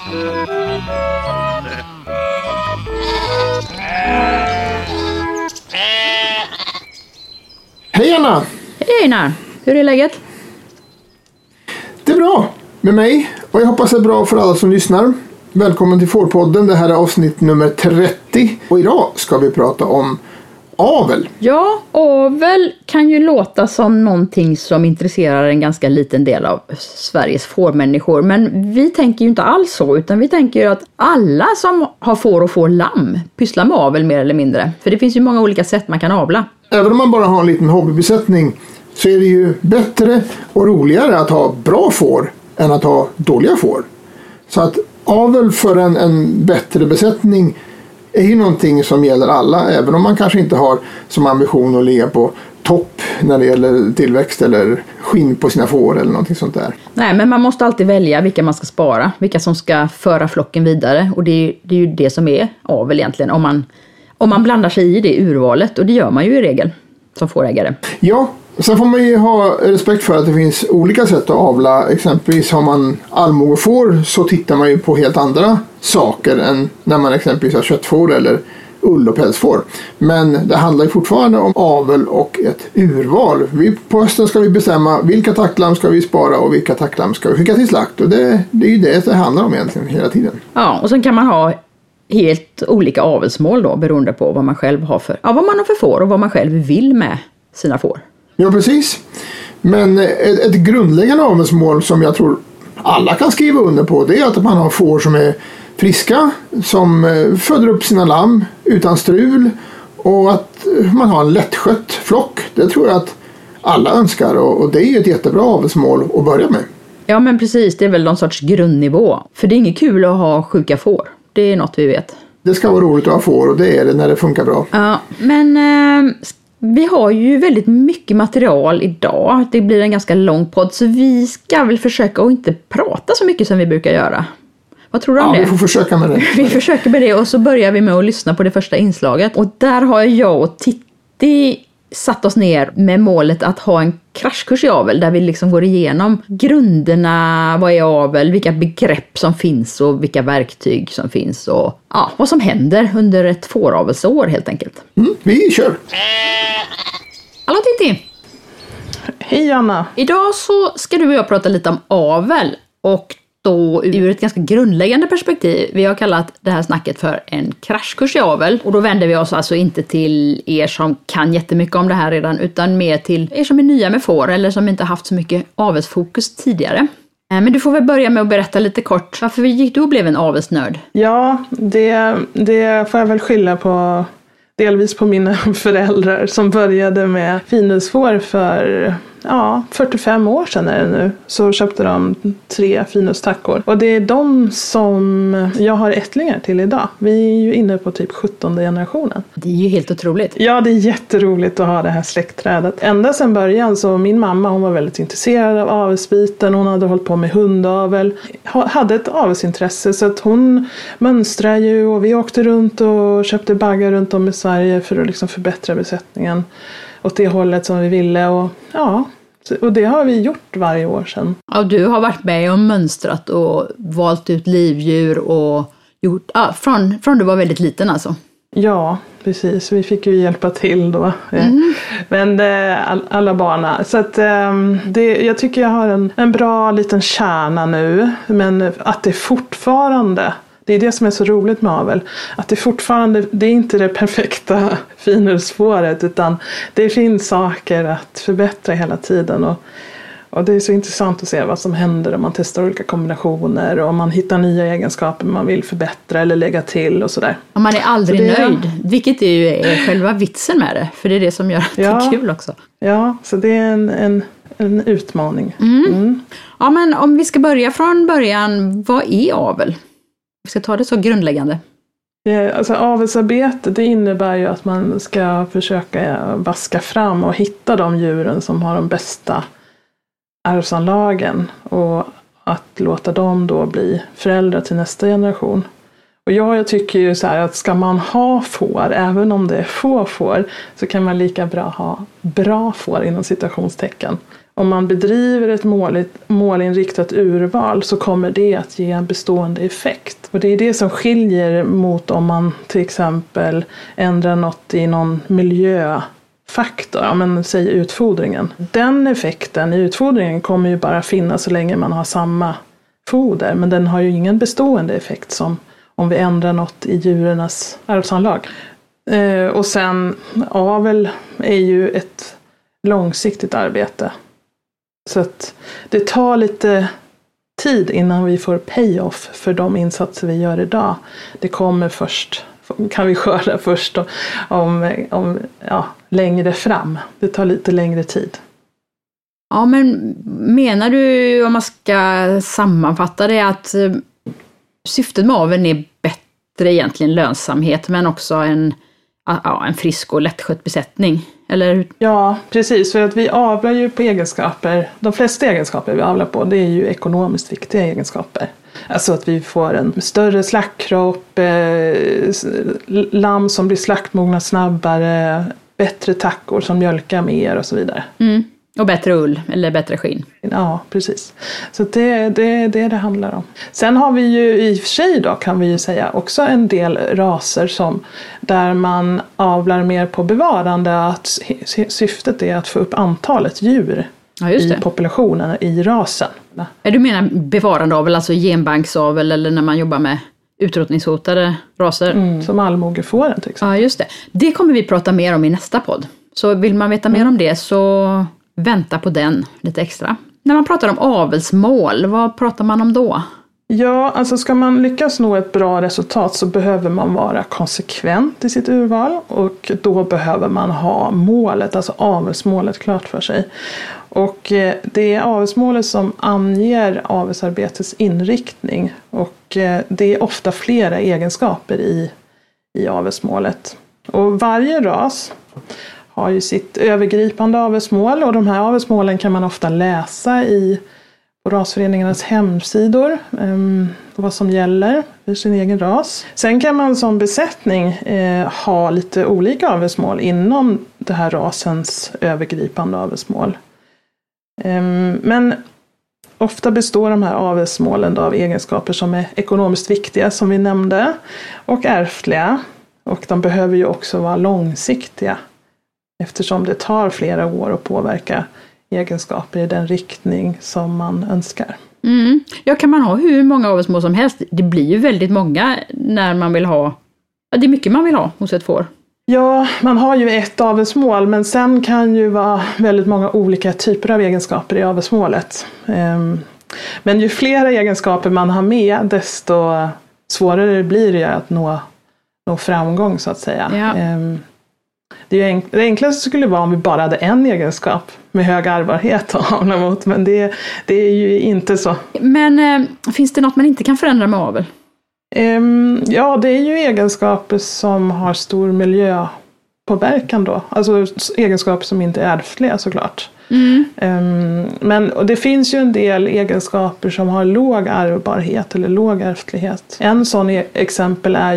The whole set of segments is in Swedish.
Hej Anna! Hej Einar! Hur är läget? Det är bra med mig och jag hoppas det är bra för alla som lyssnar. Välkommen till Fårpodden, det här är avsnitt nummer 30 och idag ska vi prata om avel. Ja, avel kan ju låta som någonting som intresserar en ganska liten del av Sveriges fårmänniskor. Men vi tänker ju inte alls så, utan vi tänker ju att alla som har får och får lamm pysslar med avel mer eller mindre. För det finns ju många olika sätt man kan avla. Även om man bara har en liten hobbybesättning så är det ju bättre och roligare att ha bra får än att ha dåliga får. Så att avel för en bättre besättning är ju någonting som gäller alla, även om man kanske inte har som ambition att ligga på topp när det gäller tillväxt eller skinn på sina får eller någonting sånt där. Nej, men man måste alltid välja vilka man ska spara, vilka som ska föra flocken vidare, och det är ju det som är avel egentligen, om man blandar sig i det urvalet, och det gör man ju i regel som fårägare. Ja, sen får man ju ha respekt för att det finns olika sätt att avla. Exempelvis har man allmogefår så tittar man ju på helt andra saker än när man exempelvis har köttfår eller ull- och pälsfår. Men det handlar ju fortfarande om avel och ett urval. På hösten ska vi bestämma vilka tacklam ska vi spara och vilka tacklam ska vi skicka till slakt. Och det är ju det handlar om egentligen hela tiden. Ja, och sen kan man ha helt olika avelsmål då, beroende på vad man själv har vad man har för får och vad man själv vill med sina får. Ja, precis. Men ett grundläggande avelsmål som jag tror alla kan skriva under på, det är att man har får som är friska, som föder upp sina lamm utan strul, och att man har en lättskött flock. Det tror jag att alla önskar, och det är ju ett jättebra avelsmål att börja med. Ja, men precis, det är väl någon sorts grundnivå. För det är inget kul att ha sjuka får. Det är något vi vet. Det ska vara roligt att ha får, och det är det när det funkar bra. Ja, men vi har ju väldigt mycket material idag. Det blir en ganska lång podd, så vi ska väl försöka att inte prata så mycket som vi brukar göra. Vad tror du om det? Ja, vi får försöka med det. Vi försöker med det, och så börjar vi med att lyssna på det första inslaget. Och där har jag och Titti satt oss ner med målet att ha en kraschkurs i avel, där vi liksom går igenom grunderna, vad är avel, vilka begrepp som finns och vilka verktyg som finns, och ja, vad som händer under ett fåravelsår helt enkelt. Vi kör! Hallå Titti! Hej Anna! Idag så ska du och jag prata lite om avel, och då ur ett ganska grundläggande perspektiv. Vi har kallat det här snacket för en kraschkurs i avel. Och då vänder vi oss alltså inte till er som kan jättemycket om det här redan, utan mer till er som är nya med får eller som inte haft så mycket avelsfokus tidigare. Men du får väl börja med att berätta lite kort. Varför gick du och blev en avelsnörd? Ja, det får jag väl skylla på, delvis på mina föräldrar som började med finhusfår för 45 år sedan är det nu. Så köpte de 3 finustackor. Och det är de som jag har ättlingar till idag. Vi är ju inne på typ 17:e generationen. Det är ju helt otroligt. Ja, det är jätteroligt att ha det här släktträdet. Ända sedan början så min mamma, hon var väldigt intresserad av avelsbiten. Hon hade hållit på med hundavel. Hade ett avelsintresse, så att hon mönstrade ju, och vi åkte runt och köpte baggar runt om i Sverige för att liksom förbättra besättningen åt det hållet som vi ville. Och det har vi gjort varje år sedan. Ja, du har varit med och mönstrat och valt ut livdjur och gjort, från du var väldigt liten alltså. Ja, precis. Vi fick ju hjälpa till då. Men alla barna. Så att jag tycker jag har en bra liten kärna nu. Men att det fortfarande, det är det som är så roligt med avel. Att det fortfarande, det är inte det perfekta finhusfåret, utan det finns saker att förbättra hela tiden. Och det är så intressant att se vad som händer om man testar olika kombinationer och om man hittar nya egenskaper man vill förbättra eller lägga till och sådär. Och man är aldrig nöjd, vilket är ju själva vitsen med det, för det är det som gör att det är kul också. Ja, så det är en utmaning. Ja, men om vi ska börja från början, vad är avel? Vi ska ta det så grundläggande. Alltså avelsarbete, det innebär ju att man ska försöka vaska fram och hitta de djuren som har de bästa arvsanlagen, och att låta dem då bli föräldrar till nästa generation. Och jag tycker ju så här att ska man ha får, även om det är få får, så kan man lika bra ha bra får inom citationstecken. om man bedriver ett målinriktat urval så kommer det att ge en bestående effekt. Och det är det som skiljer mot om man till exempel ändrar något i någon miljöfaktor, men säg utfodringen. Den effekten i utfodringen kommer ju bara finnas så länge man har samma foder, men den har ju ingen bestående effekt som om vi ändrar något i djurens arvsanlag. Och sen avel är ju ett långsiktigt arbete. Så att det tar lite tid innan vi får payoff för de insatser vi gör idag. Det kommer först, kan vi skörda först om längre fram. Det tar lite längre tid. Ja, men menar du, om man ska sammanfatta det, att syftet med aveln är bättre egentligen lönsamhet, men också en frisk och lättskött besättning? Eller? Ja, precis. För att vi avlar ju på egenskaper. De flesta egenskaper vi avlar på, det är ju ekonomiskt viktiga egenskaper. Alltså att vi får en större slaktkropp, lamm som blir slaktmogna snabbare, bättre tackor som mjölkar mer och så vidare. Mm. Och bättre ull eller bättre skinn. Ja, precis. Så det är det handlar om. Sen har vi ju i och för sig då, kan vi ju säga, också en del raser där man avlar mer på bevarande, att syftet är att få upp antalet djur i populationen i rasen. Du menar bevarandeavel, alltså genbanksavel, eller när man jobbar med utrotningshotade raser? Som allmogefåren till exempel. Ja, just det. Det kommer vi prata mer om i nästa podd. Så vill man veta mer om det så vänta på den lite extra. När man pratar om avelsmål, vad pratar man om då? Ja, alltså ska man lyckas nå ett bra resultat så behöver man vara konsekvent i sitt urval, och då behöver man ha målet, alltså avelsmålet, klart för sig. Och det är avelsmålet som anger avelsarbetets inriktning, och det är ofta flera egenskaper i avelsmålet. Och varje ras har ju sitt övergripande avelsmål, och de här avelsmålen kan man ofta läsa på rasföreningarnas hemsidor, vad som gäller för sin egen ras. Sen kan man som besättning ha lite olika avelsmål inom det här rasens övergripande avelsmål. Men ofta består de här avelsmålen av egenskaper som är ekonomiskt viktiga, som vi nämnde, och ärftliga, och de behöver ju också vara långsiktiga, eftersom det tar flera år att påverka egenskaper i den riktning som man önskar. Mm. Ja, kan man ha hur många avelsmål som helst? Det blir ju väldigt många när man vill ha. Ja, det är mycket man vill ha hos ett får. Ja, man har ju ett avelsmål, men sen kan ju vara väldigt många olika typer av egenskaper i avelsmålet. Men ju fler egenskaper man har med, desto svårare blir det att nå framgång, så att säga. Ja. Det enklaste skulle vara om vi bara hade en egenskap med hög ärbarhet att avla mot, men det är ju inte så. Men finns det något man inte kan förändra med avel? Ja, det är ju egenskaper som har stor miljöpåverkan då. Alltså egenskaper som inte är ärftliga, såklart. Men och det finns ju en del egenskaper som har låg ärvbarhet eller låg ärftlighet. En sån exempel är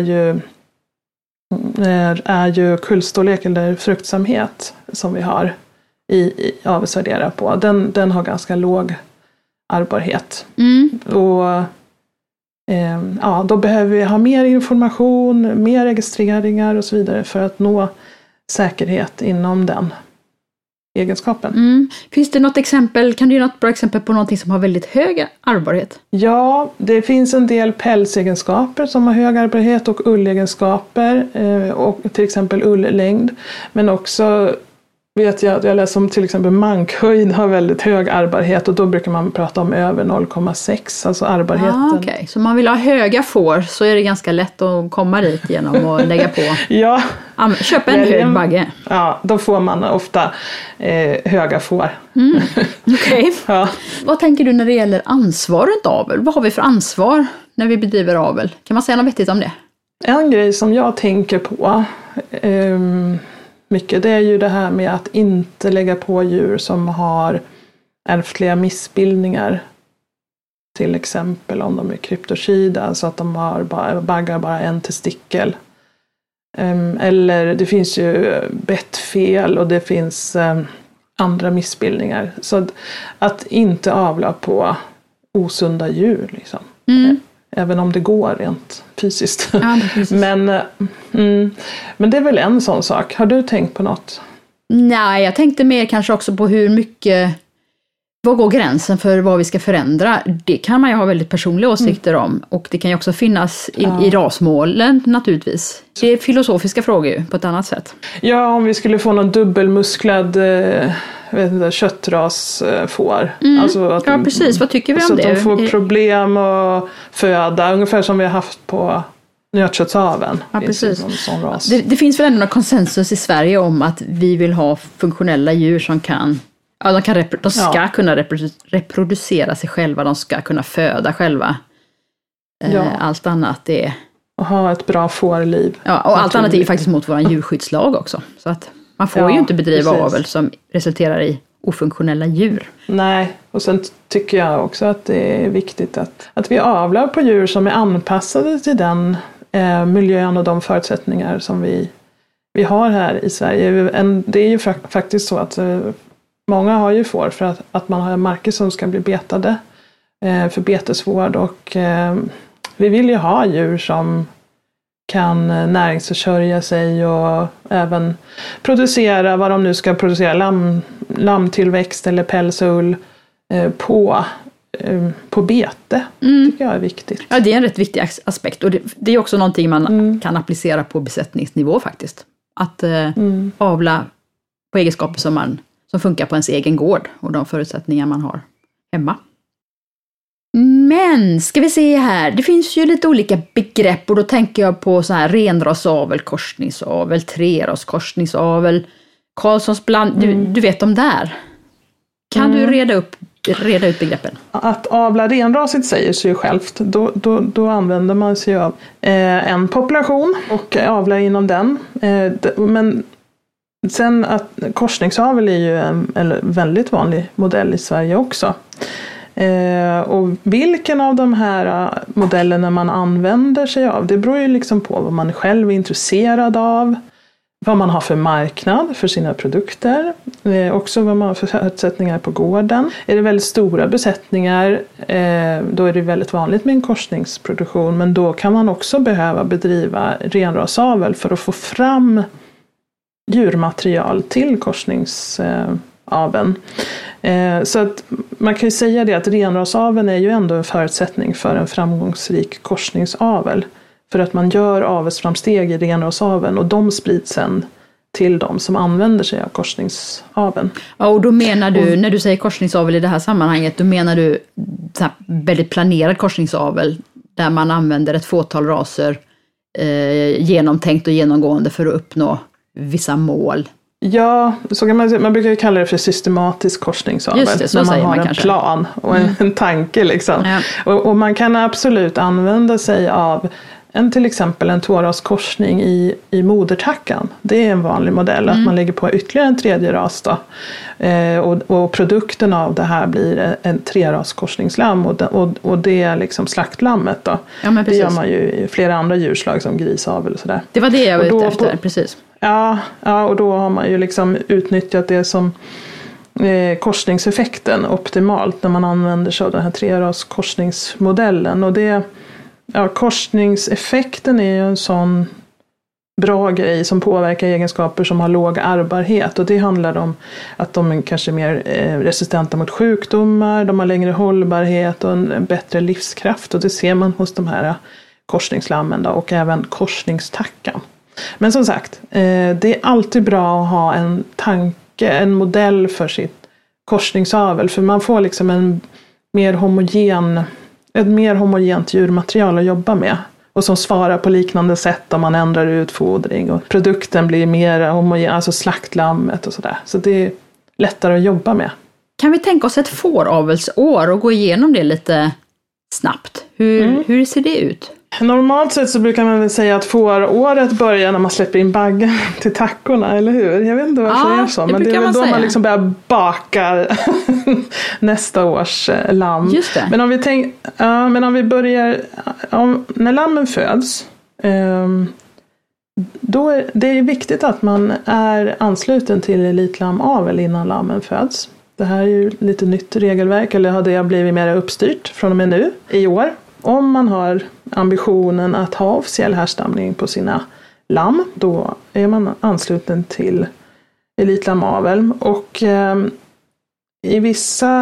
ju kullstorlek eller fruktsamhet som vi har i avelsvärdera på. Den har ganska låg ärvbarhet. Och då behöver vi ha mer information, mer registreringar och så vidare för att nå säkerhet inom den egenskapen. Finns det något exempel, kan du ge något bra exempel på någonting som har väldigt hög ärvbarhet? Ja, det finns en del pälsegenskaper som har hög ärvbarhet, och ullegenskaper, och till exempel ulllängd. Men också vet jag läser om till exempel mankhöjd har väldigt hög ärvbarhet, och då brukar man prata om över 0,6, alltså ärvbarheten. Okej. Så man vill ha höga får, så är det ganska lätt att komma dit genom att lägga på. Ja. Köpa en hög bagge. Ja, då får man ofta höga får. Okej. Ja. Vad tänker du när det gäller ansvar runt avel? Vad har vi för ansvar när vi bedriver avel? Kan man säga något vettigt om det? En grej som jag tänker på mycket, det är ju det här med att inte lägga på djur som har ärftliga missbildningar. Till exempel om de är kryptochida, så att de har baggar bara en testikel. Eller det finns ju bettfel, och det finns andra missbildningar. Så att inte avla på osunda djur liksom. Även om det går rent fysiskt. Ja, men det är väl en sån sak. Har du tänkt på något? Nej, jag tänkte mer kanske också på hur mycket, vad går gränsen för vad vi ska förändra? Det kan man ju ha väldigt personliga åsikter om. Och det kan ju också finnas i rasmålen naturligtvis. Det är filosofiska frågor ju, på ett annat sätt. Ja, om vi skulle få någon dubbelmusklad köttrasfår. Alltså att ja, precis. Vad tycker vi om det? Så att de får problem att föda, ungefär som vi har haft på nötköttsaveln. Ja, precis. Sån ras. Det finns väl ändå någon konsensus i Sverige om att vi vill ha funktionella djur som kan... Ja, de ska kunna reproducera sig själva, de ska kunna föda själva. Allt annat är... Och ha ett bra fårliv. Ja, och allt annat är ju faktiskt mot vår djurskyddslag också. Så att man får ju inte bedriva avel som resulterar i ofunktionella djur. Nej, och sen tycker jag också att det är viktigt att vi avlar på djur som är anpassade till den miljön och de förutsättningar som vi har här i Sverige. Det är ju faktiskt så att många har ju får för att man har marker som ska bli betade för betesvård, och vi vill ju ha djur som kan näringsförsörja sig och även producera vad de nu ska producera, lammtillväxt eller päls och ull på bete. Tycker jag är viktigt. Ja, det är en rätt viktig aspekt, och det är också någonting man kan applicera på besättningsnivå faktiskt. Att avla på egenskaper som funkar på ens egen gård och de förutsättningar man har hemma. Men ska vi se här, det finns ju lite olika begrepp, och då tänker jag på så här renrasavel, korsningsavel, treraskorsningsavel, Karlssons bland, du vet om där. Kan du reda ut begreppen? Att avla renrasigt säger sig ju självt. Då använder man sig av en population och avla inom den. Men sen att korsningsavel är ju en väldigt vanlig modell i Sverige också. Och vilken av de här modellerna man använder sig av, det beror ju liksom på vad man själv är intresserad av, vad man har för marknad för sina produkter, också vad man har för förutsättningar på gården. Är det väldigt stora besättningar, då är det väldigt vanligt med en korsningsproduktion, men då kan man också behöva bedriva renrasavel för att få fram djurmaterial till korsningsaveln. Så att man kan ju säga det att renrasaveln är ju ändå en förutsättning för en framgångsrik korsningsavel. För att man gör avelsframsteg i renrasaveln och de sprids sen till de som använder sig av korsningsaveln. Ja, och då menar du, när du säger korsningsavel i det här sammanhanget, då menar du så här väldigt planerad korsningsavel där man använder ett fåtal raser genomtänkt och genomgående för att uppnå vissa mål. Ja, så kan man brukar ju kalla det för systematisk korsningsavel. Just det, så när man säger har man en kanske. plan och en tanke liksom. Ja. Och man kan absolut använda sig av till exempel en tvåraskorsning i modertackan. Det är en vanlig modell, att man lägger på ytterligare en tredje ras då. Och produkten av det här blir en treraskorsningslamm, och det är liksom slaktlammet då. Ja, men det gör man ju i flera andra djurslag som grisavel och sådär. Det var det jag var ute efter, precis. Ja, och då har man ju liksom utnyttjat det som korsningseffekten optimalt när man använder sig av den här treraskorsningsmodellen. Och korsningseffekten är ju en sån bra grej som påverkar egenskaper som har låg ärvbarhet, och det handlar om att de är kanske mer resistenta mot sjukdomar, de har längre hållbarhet och en bättre livskraft, och det ser man hos de här korsningslammen då, och även korsningstackan. Men som sagt, det är alltid bra att ha en tanke, en modell för sitt korsningsavel, för man får liksom ett mer homogent djurmaterial att jobba med, och som svarar på liknande sätt om man ändrar utfodring, och produkten blir mer homogen, alltså slaktlammet och sådär. Så det är lättare att jobba med. Kan vi tänka oss ett fåravelsår och gå igenom det lite snabbt? Hur ser det ut? Normalt sett så brukar man väl säga att fåråret börjar när man släpper in baggen till tackorna, eller hur? Jag vet inte varför det är så, men det är väl då man liksom börjar baka nästa års lamm. Just det. Men om vi börjar, när lammen föds, det är viktigt att man är ansluten till elitlammavel innan lammen föds. Det här är ju lite nytt regelverk, eller har det blivit mer uppstyrt från och med nu i år. Om man har ambitionen att ha officiell härstamning på sina lamm, då är man ansluten till elitlammavel. Och i vissa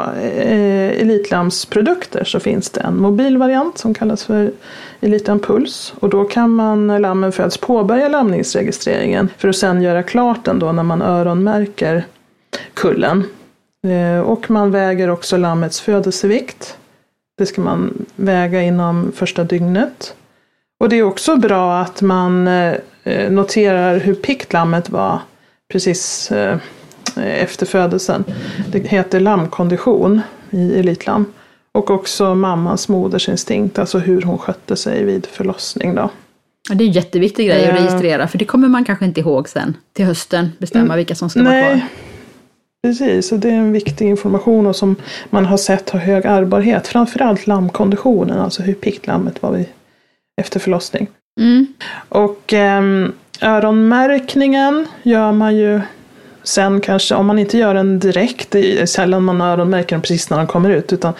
elitlamsprodukter så finns det en mobilvariant som kallas för Elitampuls. Och då kan man när lammen föds påbörja lamningsregistreringen för att sedan göra klart den då när man öronmärker kullen. Och man väger också lammets födelsevikt. Det ska man väga inom första dygnet. Och det är också bra att man noterar hur piggt lammet var precis efter födelsen. Det heter lammkondition i elitlam. Och också mammans modersinstinkt, alltså hur hon skötte sig vid förlossning då. Ja, det är en jätteviktig grej att registrera, för det kommer man kanske inte ihåg sen till hösten, bestämma vilka som ska vara kvar. Precis, och det är en viktig information och som man har sett har hög ärbarhet. Framförallt lammkonditionen, alltså hur piggt lammet var efter förlossning. Och öronmärkningen gör man ju sen kanske, om man inte gör den direkt, det är sällan man öronmärker den precis när de kommer ut. Utan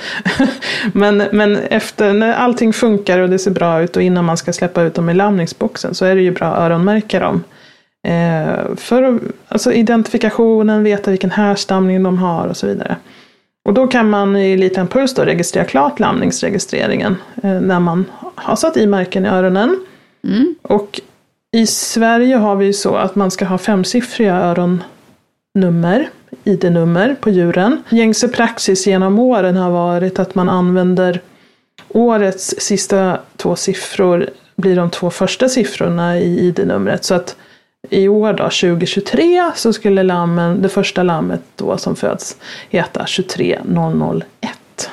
men efter, när allting funkar och det ser bra ut och innan man ska släppa ut dem i lamningsboxen, så är det ju bra att öronmärka dem. För alltså identifikationen, veta vilken härstamning de har och så vidare. Och då kan man i Elitampuls då registrera klart lamningsregistreringen när man har satt i märken i öronen. Och i Sverige har vi så att man ska ha 5-siffriga öronnummer, ID-nummer på djuren. Gängse praxis genom åren har varit att man använder årets sista 2 siffror blir de 2 första siffrorna i ID-numret, så att i år då, 2023, så skulle det första lammet då som föds heta 23001.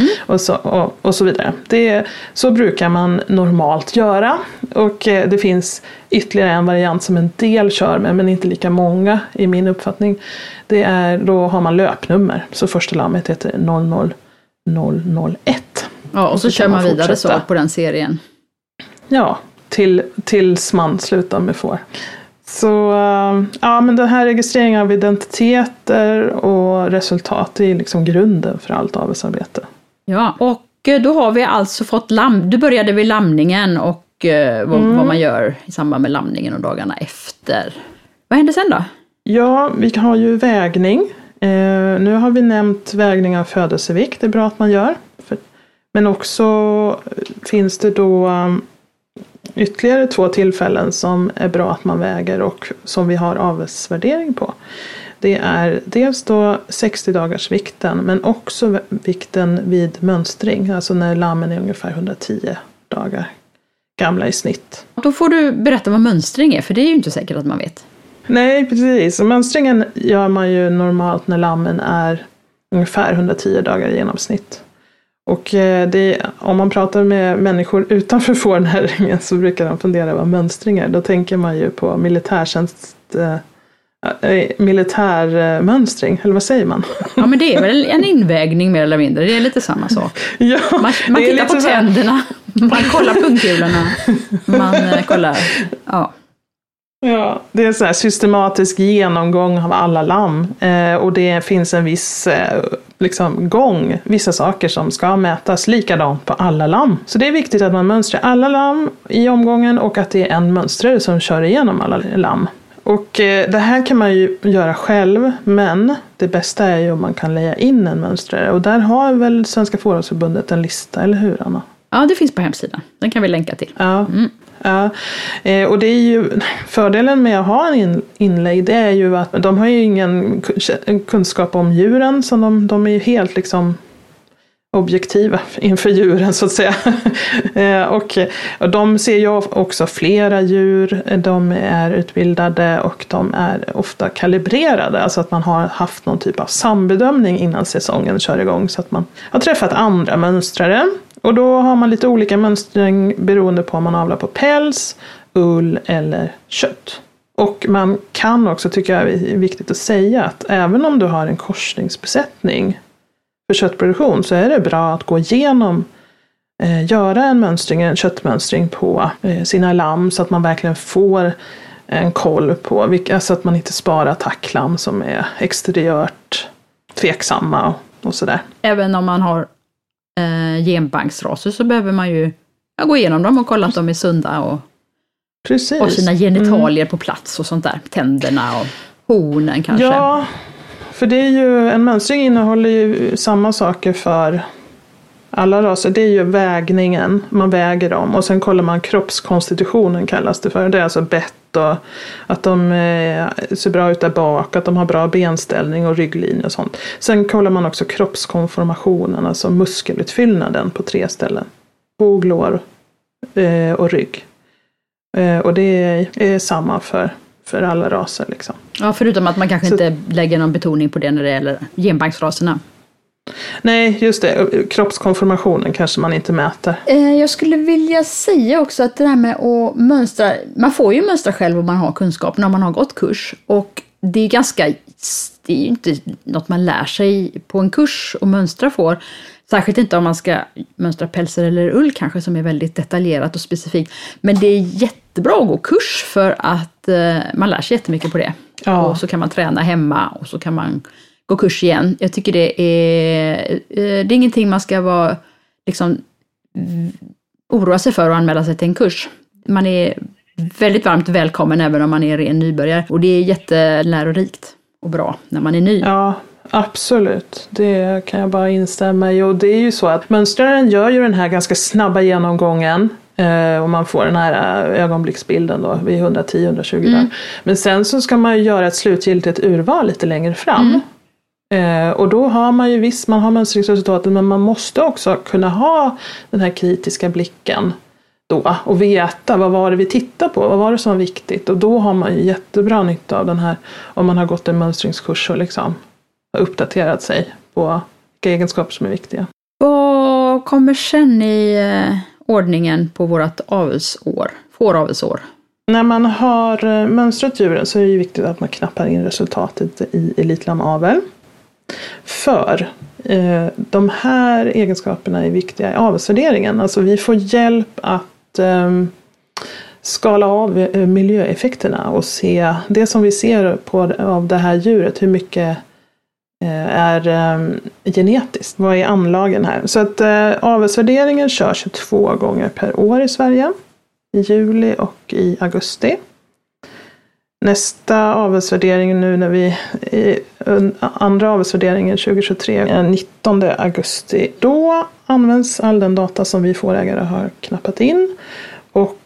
Och så vidare. Så brukar man normalt göra. Och det finns ytterligare en variant som en del kör med, men inte lika många i min uppfattning. Då har man löpnummer. Så första lammet heter 00001. Ja, och så kör man vidare så på den serien. Ja, tills man slutar med får. Så ja, men den här registreringen av identiteter och resultat är liksom grunden för allt avelsarbete. Ja, och då har vi alltså fått Du började vid lamningen och vad man gör i samband med lamningen och dagarna efter. Vad händer sen då? Ja, vi har ju vägning. Nu har vi nämnt vägning av födelsevikt. Det är bra att man gör. Men också finns det då ytterligare 2 tillfällen som är bra att man väger och som vi har avelsvärdering på. Det är dels då 60-dagarsvikten, men också vikten vid mönstring, alltså när lammen är ungefär 110 dagar gamla i snitt. Då får du berätta vad mönstring är, för det är ju inte säkert att man vet. Nej, precis. Och mönstringen gör man ju normalt när lammen är ungefär 110 dagar i genomsnitt. Och om man pratar med människor utanför fårnäringen så brukar de fundera vad mönstring är. Då tänker man ju på militärmönstring, eller vad säger man? Ja, men det är väl en invägning mer eller mindre. Det är lite samma sak. Ja, man tittar på tänderna, man kollar pungkulorna, man kollar, ja. Ja, det är en sån här systematisk genomgång av alla lamm och det finns en viss gång, vissa saker som ska mätas likadant på alla lamm. Så det är viktigt att man mönstrar alla lamm i omgången och att det är en mönstrare som kör igenom alla lamm. Och det här kan man ju göra själv, men det bästa är ju om man kan leja in en mönstrare. Och där har väl Svenska Fåravelsförbundet en lista, eller hur, Anna? Ja, det finns på hemsidan. Den kan vi länka till. Ja. Ja, och det är ju fördelen med att ha en inlägg, det är ju att de har ju ingen kunskap om djuren, så de är ju helt liksom objektiva inför djuren så att säga. Och de ser ju också flera djur, de är utbildade och de är ofta kalibrerade, alltså att man har haft någon typ av sambedömning innan säsongen kör igång, så att man har träffat andra mönstrare. Och då har man lite olika mönstring beroende på om man avlar på päls, ull eller kött. Och man kan också, tycker jag är viktigt att säga, att även om du har en korsningsbesättning för köttproduktion så är det bra att gå igenom göra en köttmönstring på sina lamm så att man verkligen får en koll på vilka, så att man inte sparar tacklamm som är exteriört tveksamma och sådär. Även om man har genbanksraser så behöver man ju gå igenom dem och kolla att de är sunda och sina genitalier på plats och sånt där. Tänderna och hornen kanske. Ja, för det är ju, en mönstring innehåller ju samma saker för alla raser. Det är ju vägningen, man väger dem och sen kollar man kroppskonstitutionen kallas det för. Det är alltså bett och att de ser bra ut där bak, att de har bra benställning och rygglinje och sånt. Sen kollar man också kroppskonformationen, alltså muskelutfyllnaden på 3 ställen. Bog, lår och rygg. Och det är samma för alla raser liksom. Ja, förutom att man kanske inte lägger någon betoning på det när det gäller genbanksraserna. Nej, just det. Kroppskonformationen kanske man inte mäter. Jag skulle vilja säga också att det här med att mönstra, man får ju mönstra själv om man har kunskap när man har gått kurs. Och det är ju inte något man lär sig på en kurs och mönstra får. Särskilt inte om man ska mönstra pälsar eller ull kanske som är väldigt detaljerat och specifikt. Men det är jättebra att gå kurs för att man lär sig jättemycket på det. Ja. Och så kan man träna hemma och så kan man gå kurs igen. Jag tycker det är ingenting man ska vara liksom oroa sig för att anmäla sig till en kurs. Man är väldigt varmt välkommen även om man är ren nybörjare. Och det är jättelärorikt och bra när man är ny. Ja, absolut. Det kan jag bara instämma i. Och det är ju så att mönstraren gör ju den här ganska snabba genomgången. Och man får den här ögonblicksbilden då vid 110-120 där. Men sen så ska man ju göra ett slutgiltigt urval lite längre fram. Och då har man ju visst, man har mönstringsresultatet, men man måste också kunna ha den här kritiska blicken då och veta vad var det vi tittar på, vad var det som var viktigt, och då har man ju jättebra nytta av den här om man har gått en mönstringskurs och liksom uppdaterat sig på vilka egenskaper som är viktiga. Vad kommer sen i ordningen på vårt fåravelsår? När man har mönstrat djuren så är det ju viktigt att man knappar in resultatet i Elitlamavel. För de här egenskaperna är viktiga i avelsvärderingen. Alltså vi får hjälp att skala av miljöeffekterna och se det som vi ser av det här djuret. Hur mycket är genetiskt? Vad är anlagen här? Så att avelsvärderingen körs 22 gånger per år i Sverige. I juli och i augusti. Nästa avelsvärdering nu när vi andra avelsvärderingen 2023 är 19 augusti. Då används all den data som vi fårägare har knappat in. Och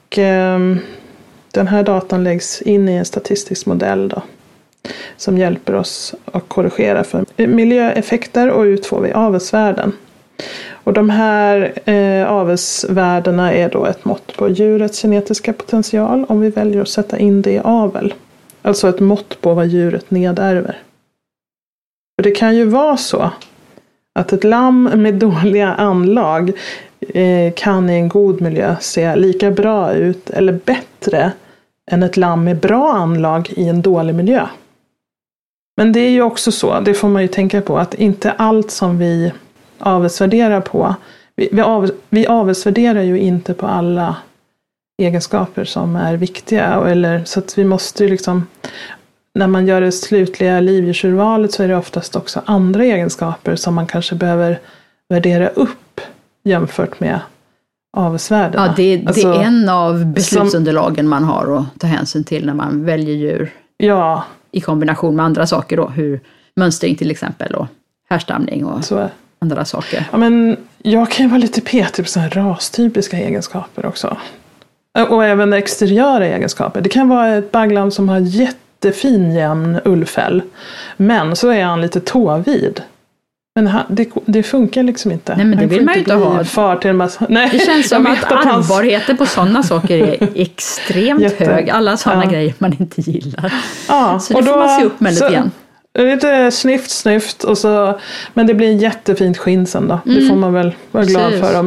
den här datan läggs in i en statistisk modell då, som hjälper oss att korrigera för miljöeffekter, och ut får vi avelsvärden. Och de här avelsvärdena är då ett mått på djurets genetiska potential om vi väljer att sätta in det i avel. Alltså ett mått på vad djuret nedärver. För det kan ju vara så att ett lamm med dåliga anlag kan i en god miljö se lika bra ut eller bättre än ett lamm med bra anlag i en dålig miljö. Men det är ju också så, det får man ju tänka på, att inte allt som vi avelsvärderar på, vi avelsvärderar ju inte på alla egenskaper som är viktiga, eller så att vi måste ju liksom, när man gör det slutliga livdjursurvalet så är det oftast också andra egenskaper som man kanske behöver värdera upp jämfört med avelsvärdena. Ja, det är en av beslutsunderlagen man har att ta hänsyn till när man väljer djur. Ja. I kombination med andra saker då, hur mönstring till exempel och härstamning och andra saker. Ja, men jag kan ju vara lite petig på sådana här rastypiska egenskaper också. Och även exteriöra egenskaper. Det kan vara ett baglam som har jättefin jämn ullfäll, men så är han lite tåvid. Men det funkar liksom inte. Nej, men det vill man ju inte ha. Far till en massa... Nej, det känns som att arvbarheten på sådana saker är extremt hög. Alla sådana grejer man inte gillar. Ja, så det får man se upp med lite grann. Lite snyft och så, men det blir en jättefint skinn sen då. Det får man väl vara glad för.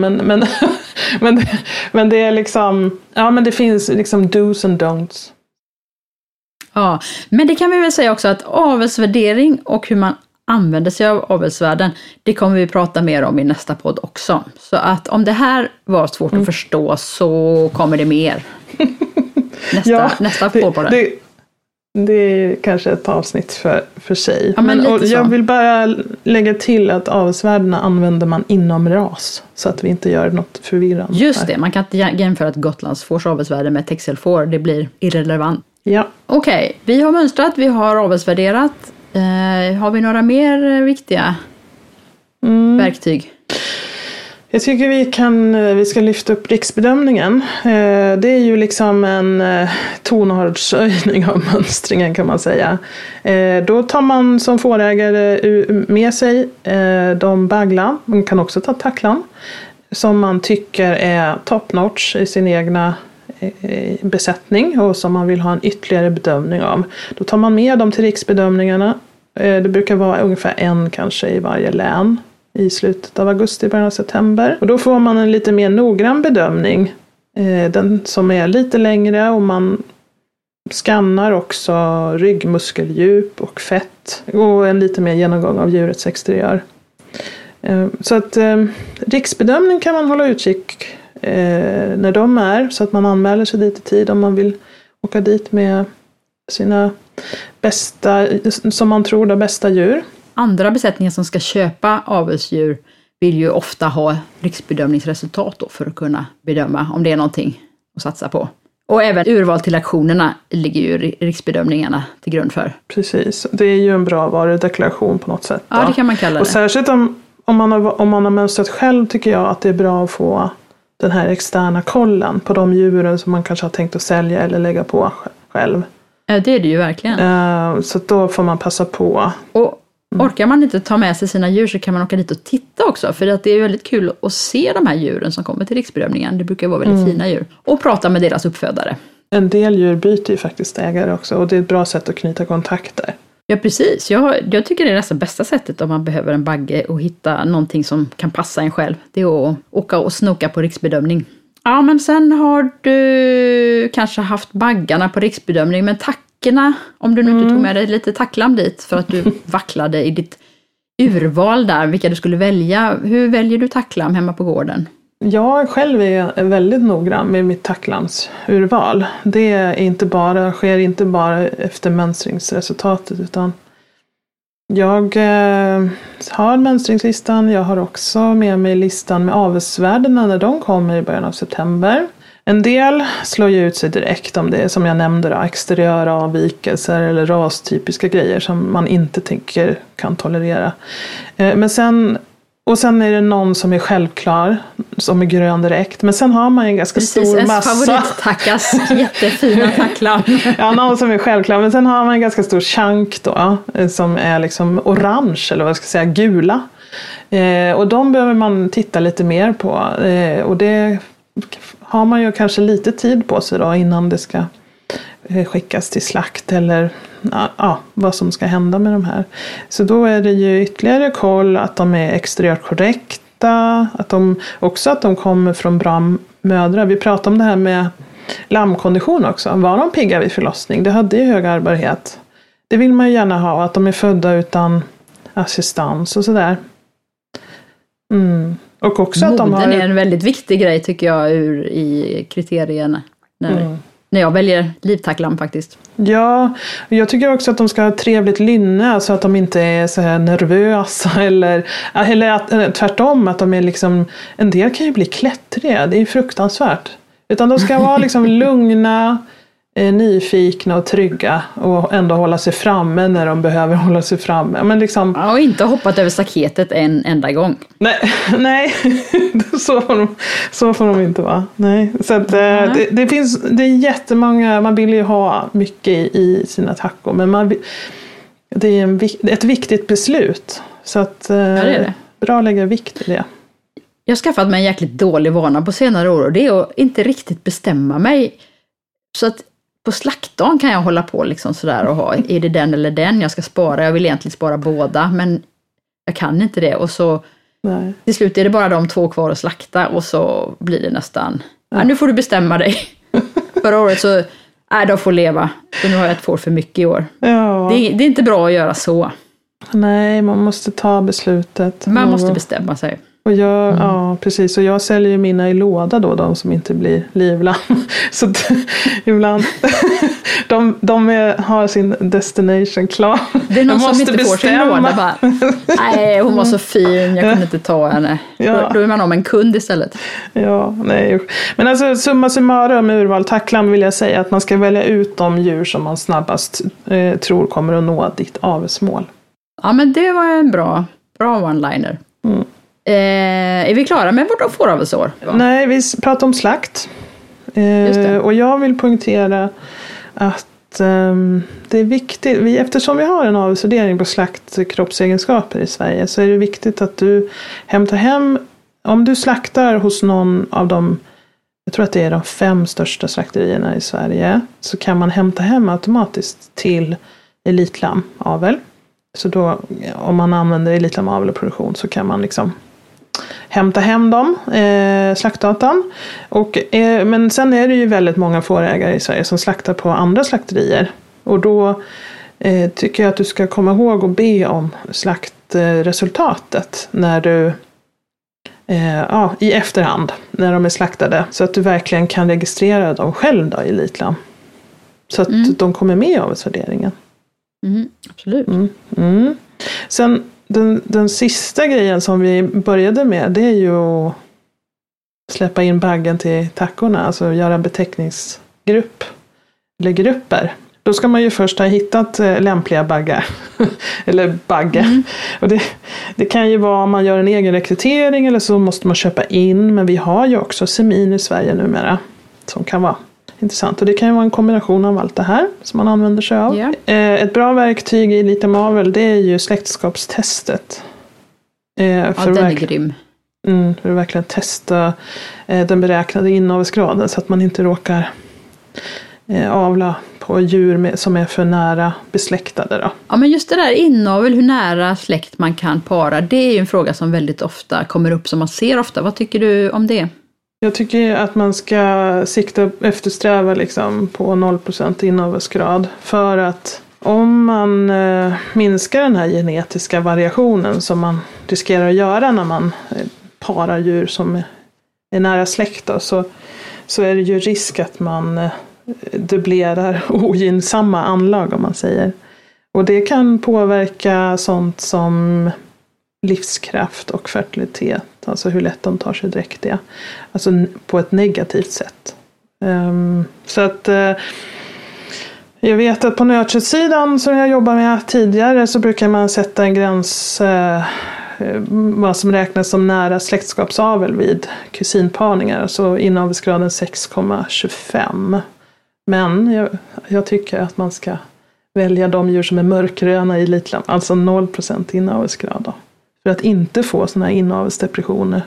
Men det är liksom, ja, men det finns liksom do's and don'ts. Ja, men det kan vi väl säga också att avelsvärdering och hur man använder sig av avelsvärden, det kommer vi prata mer om i nästa podd också. Så att om det här var svårt att förstå så kommer det mer. Nästa podd på det. Det är kanske ett avsnitt för sig. Ja, men och jag vill bara lägga till att avelsvärdena använder man inom ras. Så att vi inte gör något förvirrande. Just det, man kan inte jämföra ett gotlandsfårs avelsvärde med ett texelfår. Det blir irrelevant. Ja. Okej, vi har mönstrat, vi har avelsvärderat. Har vi några mer viktiga verktyg? Jag tycker vi ska lyfta upp riksbedömningen. Det är ju liksom en tonartshöjning av mönstringen kan man säga. Då tar man som fårägare med sig de bagla, man kan också ta tacklan, som man tycker är top notch i sin egna besättning och som man vill ha en ytterligare bedömning av. Då tar man med dem till riksbedömningarna. Det brukar vara ungefär en kanske i varje län i slutet av augusti, början av september. Och då får man en lite mer noggrann bedömning. Den som är lite längre och man skannar också ryggmuskeldjup och fett. Och en lite mer genomgång av djurets exteriör. Så att riksbedömning kan man hålla utkik när de är. Så att man anmäler sig dit i tid om man vill åka dit med sina bästa, som man tror är bästa djur. Andra besättningar som ska köpa avelsdjur vill ju ofta ha riksbedömningsresultat då för att kunna bedöma om det är någonting att satsa på. Och även urval till auktionerna ligger ju riksbedömningarna till grund för. Precis, det är ju en bra varudeklaration på något sätt. Ja, det kan man kalla det. Och särskilt om man har mönstrat själv tycker jag att det är bra att få den här externa kollen på de djuren som man kanske har tänkt att sälja eller lägga på själv. Ja, det är det ju verkligen. Så då får man passa på. Och orkar man inte ta med sig sina djur så kan man åka dit och titta också. För att det är väldigt kul att se de här djuren som kommer till riksbedömningen. Det brukar vara väldigt fina djur. Och prata med deras uppfödare. En del djur byter ju faktiskt ägare också. Och det är ett bra sätt att knyta kontakter. Ja, precis. Jag tycker det är nästan bästa sättet om man behöver en bagge och hitta någonting som kan passa en själv. Det är att åka och snoka på riksbedömning. Ja, men sen har du kanske haft baggarna på riksbedömning. Men tackorna, om du nu inte tog med dig lite tacklam dit för att du vacklade i ditt urval där, vilka du skulle välja. Hur väljer du tacklam hemma på gården? Jag själv är väldigt noggrann med mitt tacklamsurval. Det sker inte bara efter mönstringsresultatet utan jag har mönstringslistan. Jag har också med mig listan med avelsvärdena när de kommer i början av september. En del slår ju ut sig direkt om det är som jag nämnde då, exteriöra avvikelser eller rastypiska grejer som man inte tänker kan tolerera. Men sen är det någon som är självklar, som är grön direkt. Men sen har man en ganska stor massa. Favorittackas, jättefina tacklam. Ja, någon som är självklar. Men sen har man en ganska stor chunk då, som är liksom orange eller vad jag ska säga, gula. Och de behöver man titta lite mer på. Och det har man ju kanske lite tid på sig då innan det ska skickas till slakt eller vad som ska hända med de här. Så då är det ju ytterligare koll att de är exteriört korrekta, att de kommer från bra mödrar. Vi pratade om det här med lammkondition också. Var de pigga vid förlossning? Det hade ju hög arbarhet. Det vill man ju gärna ha, att de är födda utan assistans och sådär. Och också att de har... är en väldigt viktig grej tycker jag i kriterierna när jag väljer livtacklam faktiskt. Ja, jag tycker också att de ska ha trevligt lynne så att de inte är så här nervösa eller att, tvärtom att de är liksom, en del kan ju bli klättriga, det är fruktansvärt. Utan de ska vara liksom lugna, nyfikna och trygga och ändå hålla sig framme när de behöver hålla sig framme. Men liksom... Ja, och inte hoppat över staketet en enda gång. Nej. så får de inte vara. Nej. Så att, det är jättemånga, man vill ju ha mycket i sina tackor, men det är ett viktigt beslut. Så att det är bra att lägga vikt i det. Jag har skaffat mig en jäkligt dålig vana på senare år och det är att inte riktigt bestämma mig. Så att på slaktdagen kan jag hålla på liksom sådär och ha, är det den eller den jag ska spara? Jag vill egentligen spara båda, men jag kan inte det. Och så till slut är det bara de 2 kvar att slakta och så blir det nästan, nu får du bestämma dig. Förra året så, de får leva. Så nu har jag 2 för mycket i år. Ja. Det är inte bra att göra så. Nej, man måste ta beslutet. Man måste bestämma sig. Och ja, precis. Och jag säljer ju mina i låda då, de som inte blir livlamm. Så ibland, har sin destination klar. Det är någon som inte får sin låda bara. Nej, hon var så fin, jag kunde inte ta henne. Ja. Då är man om en kund istället. Ja, nej. Men alltså summa summarum med urval tacklam vill jag säga att man ska välja ut de djur som man snabbast tror kommer att nå ditt avelsmål. Ja, men det var en bra one-liner. Mm. Är vi klara med vårt fåravelsår? Nej, vi pratar om slakt. Och jag vill poängtera att det är viktigt, eftersom vi har en avelsvärdering på slaktkroppsegenskaper i Sverige, så är det viktigt att du hämtar hem, om du slaktar hos någon av de, jag tror att det är de 5 största slakterierna i Sverige, så kan man hämta hem automatiskt till elitlampavel. Så då, om man använder elitlampavel och produktion, så kan man liksom hämta hem dem, slaktdatan. Men sen är det ju väldigt många fårägare i Sverige som slaktar på andra slakterier. Och då tycker jag att du ska komma ihåg och be om slaktresultatet när du i efterhand, när de är slaktade. Så att du verkligen kan registrera dem själv då, i Elitlam. Så att de kommer med i avelsvärderingen. Absolut. Sen den sista grejen som vi började med, det är ju att släppa in baggen till tackorna, alltså göra en beteckningsgrupp eller grupper. Då ska man ju först ha hittat lämpliga baggar eller bagge. Och det kan ju vara om man gör en egen rekrytering, eller så måste man köpa in, men vi har ju också semin i Sverige numera som kan vara intressant. Och det kan ju vara en kombination av allt det här som man använder sig av. Yeah. Ett bra verktyg i elitlampavel, det är ju släktskapstestet. Den är grym. För att verkligen testa den beräknade inavelsgraden, så att man inte råkar avla på djur som är för nära besläktade då. Ja, men just det där inavel, hur nära släkt man kan para, det är ju en fråga som väldigt ofta kommer upp, som man ser ofta. Vad tycker du om det? Jag tycker att man ska eftersträva liksom på 0% inavelsgrad, för att om man minskar den här genetiska variationen som man riskerar att göra när man parar djur som är nära släkt då, så är det ju risk att man dubblerar ogynnsamma anlag, om man säger. Och det kan påverka sånt som livskraft och fertilitet, alltså hur lätt de tar sig dräktiga, alltså på ett negativt sätt. Så att jag vet att på nötköttsidan som jag jobbar med tidigare, så brukar man sätta en gräns vad som räknas som nära släktskapsavel vid kusinparningar, alltså inavelsgraden 6,25. Men jag tycker att man ska välja de djur som är mörkgröna i elitlam, alltså 0% inavelsgrad då, för att inte få såna här inavelsdepressioner.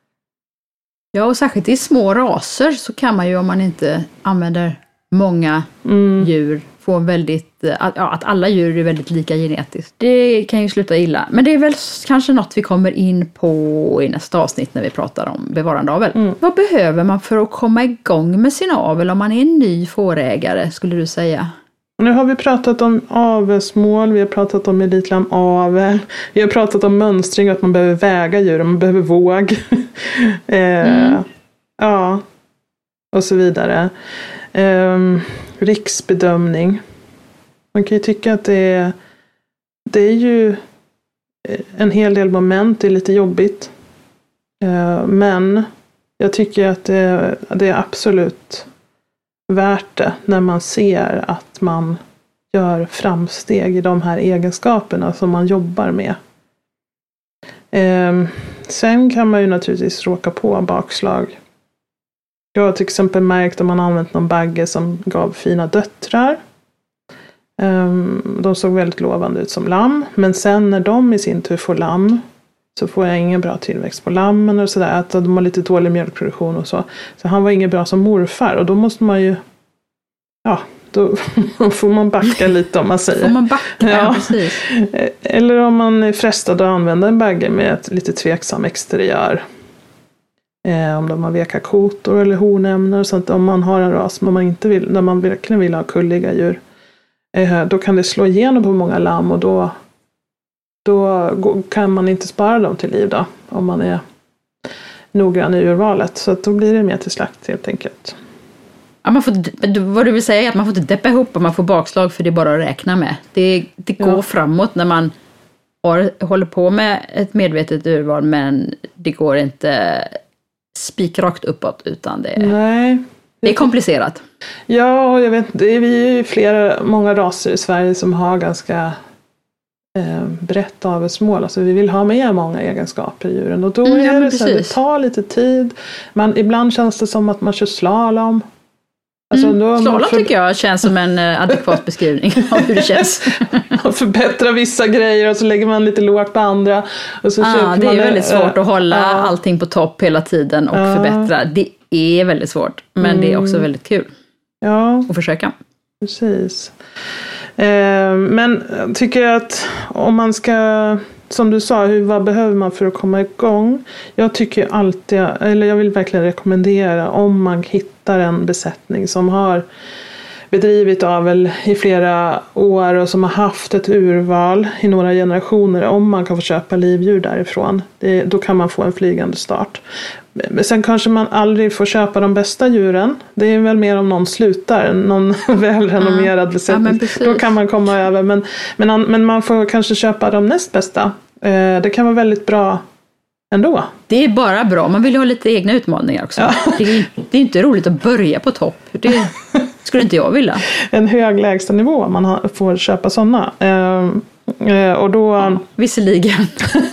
Ja, och särskilt i små raser så kan man ju, om man inte använder många djur, få att alla djur är väldigt lika genetiskt. Det kan ju sluta illa. Men det är väl kanske något vi kommer in på i nästa avsnitt när vi pratar om bevarandeavel. Vad behöver man för att komma igång med sin avel om man är en ny fårägare, skulle du säga? Nu har vi pratat om avelsmål, vi har pratat om elitlampavel, vi har pratat om mönstring, att man behöver väga djur, man behöver våg. Ja, och så vidare. Riksbedömning. Man kan ju tycka att det är ju en hel del moment, det är lite jobbigt. Men jag tycker att det är absolut värt det när man ser att man gör framsteg i de här egenskaperna som man jobbar med. Sen kan man ju naturligtvis råka på bakslag. Jag har till exempel märkt om man använt någon bagge som gav fina döttrar. De såg väldigt lovande ut som lamm. Men sen när de i sin tur får lamm, så får jag ingen bra tillväxt på lammen och sådär. Att de har lite dålig mjölkproduktion och så. Så han var ingen bra som morfar. Och då måste man ju, då får man backa lite, om man säger. Får man backa, ja, precis. Eller om man är frestad att använda en bagge med ett lite tveksam exteriör. Om de har veka kotor eller hornämnen och sånt. Om man har en ras men man inte vill, när man verkligen vill ha kulliga djur, då kan det slå igenom på många lamm, och då då kan man inte spara dem till liv då, om man är noggrann i urvalet. Så att då blir det mer till slakt helt enkelt. Ja, vad du vill säga är att man får inte deppa ihop och man får bakslag, för det är bara att räkna med. Det går framåt när man håller på med ett medvetet urval, men det går inte spikrakt uppåt, utan det är komplicerat. Ja, jag vet, vi är ju många raser i Sverige som har ganska brett avelsmål. Alltså vi vill ha med många egenskaper i djuren. Och då är det så att det tar lite tid. Ibland känns det som att man kör slalom. Alltså slalom tycker jag känns som en adekvat beskrivning av hur det känns. Man förbättrar vissa grejer och så lägger man lite lågt på andra. Och så det är väldigt svårt att hålla allting på topp hela tiden och förbättra. Det är väldigt svårt, men det är också väldigt kul att försöka. Precis. Men tycker jag att om man ska, som du sa, vad behöver man för att komma igång? Jag tycker alltid, eller jag vill verkligen rekommendera, om man hittar en besättning som har bedrivit avel i flera år och som har haft ett urval i några generationer, om man kan få köpa livdjur därifrån, då kan man få en flygande start. Men sen kanske man aldrig får köpa de bästa djuren. Det är väl mer om någon slutar, någon välrenommerad besättning. Då kan man komma över. Men man får kanske köpa de näst bästa. Det kan vara väldigt bra ändå. Det är bara bra. Man vill ju ha lite egna utmaningar också. Ja. Det är inte roligt att börja på topp. Det skulle inte jag vilja. En hög lägsta nivå. Man får köpa sådana. Och då visserligen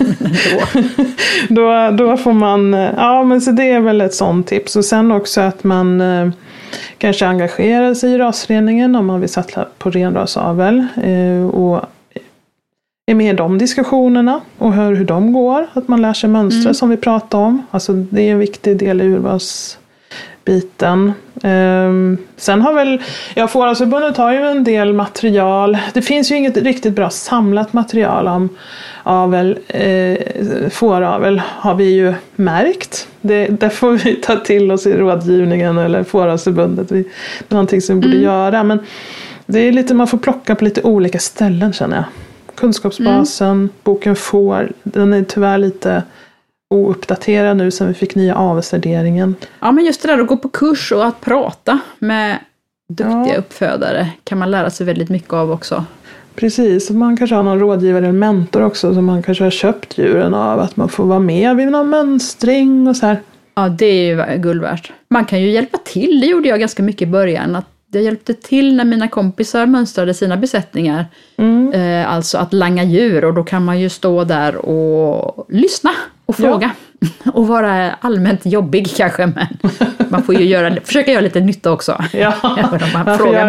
då får man, men så det är väl ett sånt tips. Och sen också att man kanske engagerar sig i rasföreningen om man vill satsa på renrasavel och är med i de diskussionerna och hör hur de går, att man lär sig mönstra som vi pratade om. Alltså det är en viktig del i urvalsbiten. Sen har väl Fåravelsförbundet har ju en del material. Det finns ju inget riktigt bra samlat material om avel. Fåravel har vi ju märkt. Det får vi ta till oss i rådgivningen eller Fåravelsförbundet. Det är någonting som vi borde göra. Men det är lite, man får plocka på lite olika ställen, känner jag. Kunskapsbasen, boken den är tyvärr lite ouppdaterad nu sen vi fick nya avelsvärderingen. Ja, men just det där att gå på kurs och att prata med duktiga uppfödare kan man lära sig väldigt mycket av också. Precis, man kanske har någon rådgivare eller mentor också som man kanske har köpt djuren av, att man får vara med vid någon mönstring och så här. Ja, det är ju guld värt. Man kan ju hjälpa till, det gjorde jag ganska mycket i början, att jag hjälpte till när mina kompisar mönstrade sina besättningar. Alltså att langa djur, och då kan man ju stå där och lyssna och fråga. Och vara allmänt jobbig kanske, men man får ju försöka göra lite nytta också. Ja, man frågar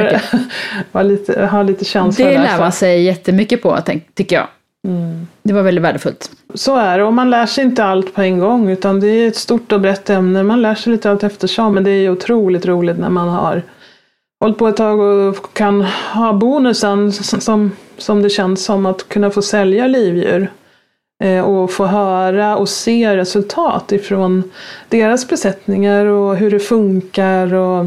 mycket. Ha lite känsla det lär man sig jättemycket på, tycker jag. Det var väldigt värdefullt. Så är det, och man lär sig inte allt på en gång, utan det är ett stort och brett ämne. Man lär sig lite allt eftersom, men det är otroligt roligt när man har hållit på ett tag och kan ha bonusen som det känns som att kunna få sälja livdjur och få höra och se resultat ifrån deras besättningar och hur det funkar, och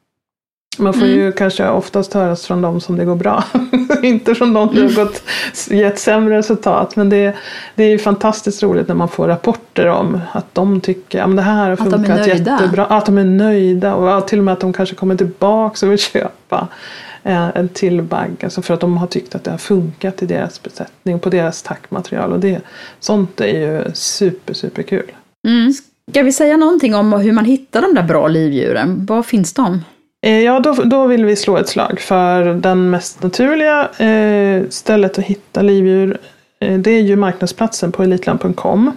man får ju kanske oftast höras från dem som det går bra, inte från dem som har gett sämre resultat, men det är ju fantastiskt roligt när man får rapporter om att de tycker att det här har funkat jättebra, att de är nöjda, och till och med att de kanske kommer tillbaka och vill köpa en till bagg, alltså för att de har tyckt att det har funkat i deras besättning på deras tackmaterial, och sånt är ju super kul. Ska vi säga någonting om hur man hittar de där bra livdjuren? Var finns de? Ja, då vill vi slå ett slag för den mest naturliga stället att hitta livdjur. Det är ju marknadsplatsen på elitlam.com.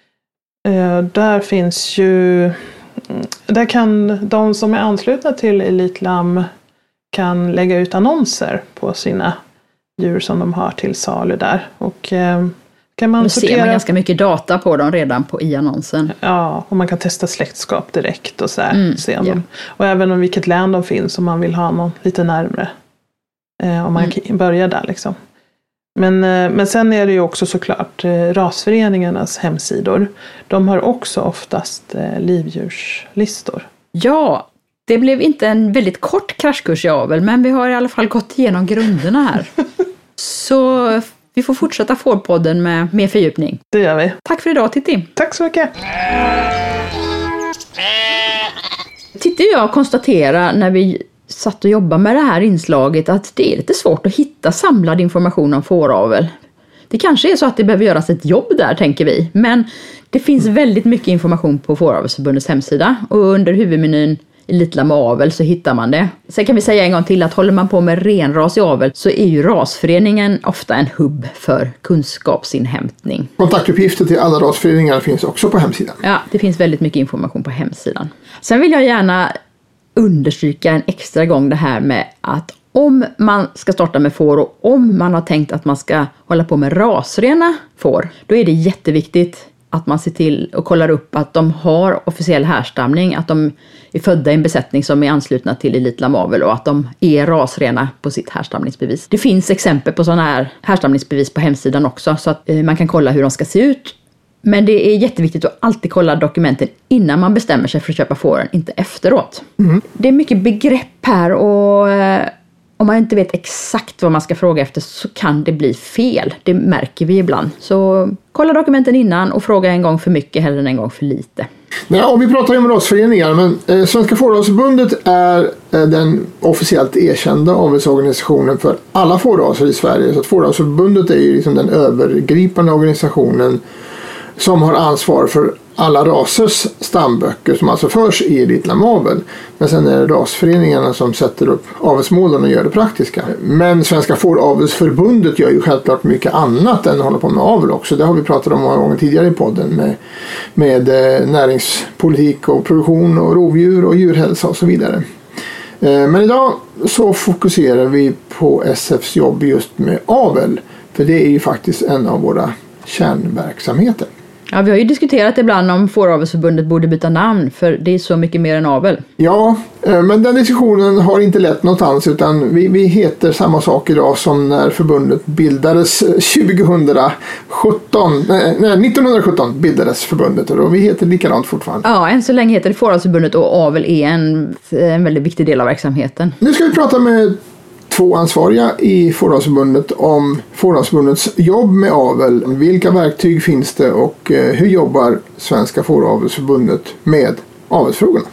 Där finns ju, där kan de som är anslutna till Elitlam kan lägga ut annonser på sina djur som de har till salu där. Och kan man ser man ganska mycket data på dem redan i annonsen. Ja, och man kan testa släktskap direkt och så här. Se om de, och även om vilket län de finns, om man vill ha någon lite närmare. Om man börjar där liksom. Men sen är det ju också såklart rasföreningarnas hemsidor. De har också oftast livdjurslistor. Ja, det blev inte en väldigt kort kraschkurs i avel, men vi har i alla fall gått igenom grunderna här. Så Vi får fortsätta Fårpodden med mer fördjupning. Det gör vi. Tack för idag, Titti. Tack så mycket. Titti och jag konstaterar när vi satt och jobbade med det här inslaget att det är lite svårt att hitta samlad information om fåravel. Det kanske är så att det behöver göras ett jobb där, tänker vi. Men det finns väldigt mycket information på Fåravelsförbundets hemsida. Och under huvudmenyn Elitlam och avel så hittar man det. Sen kan vi säga en gång till att håller man på med renras i avel så är ju rasföreningen ofta en hubb för kunskapsinhämtning. Kontaktuppgifter till alla rasföreningar finns också på hemsidan. Ja, det finns väldigt mycket information på hemsidan. Sen vill jag gärna understryka en extra gång det här med att om man ska starta med får och om man har tänkt att man ska hålla på med rasrena får, då är det jätteviktigt att man ser till och kollar upp att de har officiell härstamning, att de är födda i en besättning som är anslutna till Elitlam avel och att de är rasrena på sitt härstamningsbevis. Det finns exempel på sådana här härstamningsbevis på hemsidan också så att man kan kolla hur de ska se ut. Men det är jätteviktigt att alltid kolla dokumenten innan man bestämmer sig för att köpa fåren, inte efteråt. Det är mycket begrepp här och om man inte vet exakt vad man ska fråga efter så kan det bli fel. Det märker vi ibland. Så kolla dokumenten innan och fråga en gång för mycket hellre än en gång för lite. Ja, och vi pratar ju om rasföreningar, men Svenska Fåravelsförbundet är den officiellt erkända avelsorganisationen för alla fårraser i Sverige. Så att Fåravelsförbundet är ju liksom den övergripande organisationen som har ansvar för alla rasers stamböcker som alltså förs i Elitlam avel. Men sen är det rasföreningarna som sätter upp avelsmålen och gör det praktiska. Men Svenska Fåravelsförbundet gör ju självklart mycket annat än att hålla på med avel också. Det har vi pratat om många gånger tidigare i podden med näringspolitik och produktion och rovdjur och djurhälsa och så vidare. Men idag så fokuserar vi på SFs jobb just med avel. För det är ju faktiskt en av våra kärnverksamheter. Ja, vi har ju diskuterat ibland om Fåravelsförbundet borde byta namn för det är så mycket mer än avel. Ja, men den diskussionen har inte lett någonstans utan vi heter samma sak idag som när förbundet bildades 1917 bildades förbundet och vi heter likadant fortfarande. Ja, än så länge heter det Fåravelsförbundet och avel är en väldigt viktig del av verksamheten. Nu ska vi prata med två ansvariga i Fåravelsförbundet om Fåravelsförbundets jobb med avel. Vilka verktyg finns det och hur jobbar Svenska Fåravelsförbundet med avelsfrågorna?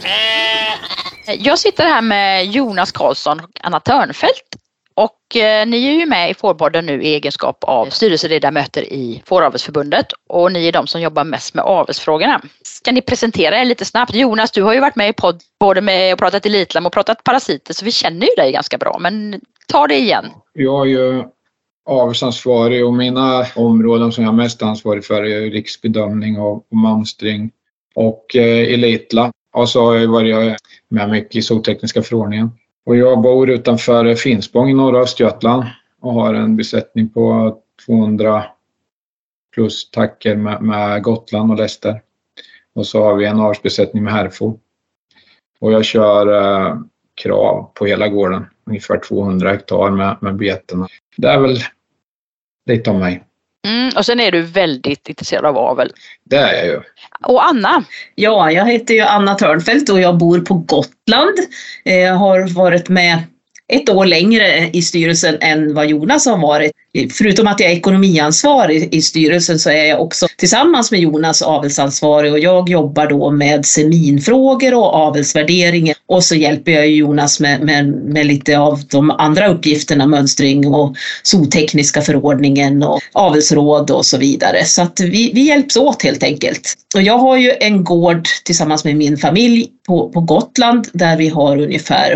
Jag sitter här med Jonas Karlsson och Anna Törnfeldt och ni är ju med i Fårpodden nu i egenskap av styrelseledamöter i Fåravelsförbundet och ni är de som jobbar mest med avelsfrågorna. Ska ni presentera er lite snabbt? Jonas, du har ju varit med i podd både med och pratat Elitlam och pratat parasiter så vi känner ju dig ganska bra, men ta det igen. Jag är ju avelsansvarig och mina områden som jag är mest ansvarig för är riksbedömning och mönstring och Elitlam. Och så har jag varit med mycket i zotekniska förordningen. Och jag bor utanför Finspång i norra Östergötland och har en besättning på 200 plus tacker med Gotland och Leicester. Och så har vi en avelsbesättning med Herfo. Och jag kör krav på hela gården, ungefär 200 hektar med beten. Det är väl lite om mig. Och sen är du väldigt intresserad av avel. Det är jag ju. Och Anna? Ja, jag heter ju Anna Törnfeldt och jag bor på Gotland. Jag har varit med ett år längre i styrelsen än vad Jonas har varit. Förutom att jag är ekonomiansvarig i styrelsen så är jag också tillsammans med Jonas avelsansvarig och jag jobbar då med seminfrågor och avelsvärdering och så hjälper jag Jonas med lite av de andra uppgifterna, mönstring och zootekniska förordningen och avelsråd och så vidare. Så att vi hjälps åt helt enkelt. Och jag har ju en gård tillsammans med min familj på Gotland där vi har ungefär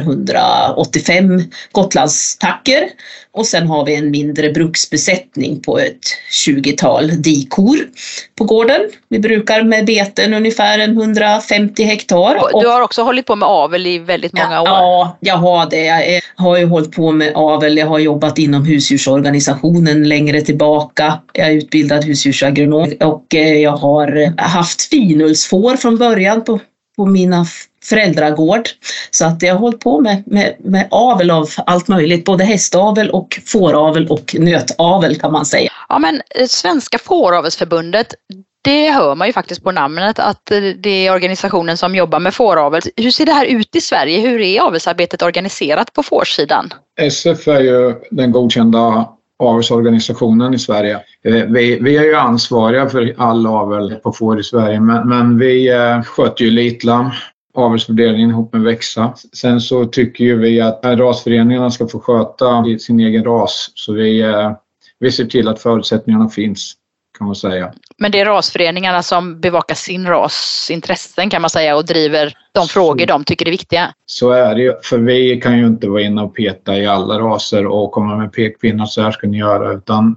185 Gotlandstacker. Och sen har vi en mindre bruksbesättning på ett 20-tal dikor på gården. Vi brukar med beten ungefär 150 hektar. Du har också hållit på med avel i väldigt många år. Ja, jag har det. Jag har ju hållit på med avel. Jag har jobbat inom husdjursorganisationen längre tillbaka. Jag är utbildad husdjursagronom och jag har haft finullsfår från början på mina föräldragård. Så att jag har hållit på med avel av allt möjligt. Både hästavel och fåravel och nötavel kan man säga. Ja, men Svenska Fåravelsförbundet, det hör man ju faktiskt på namnet att det är organisationen som jobbar med fåravel. Hur ser det här ut i Sverige? Hur är avelsarbetet organiserat på fårsidan? SF är ju den godkända avelsorganisationen i Sverige. Vi är ju ansvariga för all avel på får i Sverige, men vi sköter ju Elitlamm, avelsfördelningen ihop med Växa. Sen så tycker ju vi att rasföreningarna ska få sköta sin egen ras, så vi ser till att förutsättningarna finns, kan man säga. Men det är rasföreningarna som bevakar sin ras intressen, kan man säga, och driver de frågor de tycker är viktiga. Så är det ju, för vi kan ju inte vara inne och peta i alla raser och komma med pekpinnar, så här ska ni göra, utan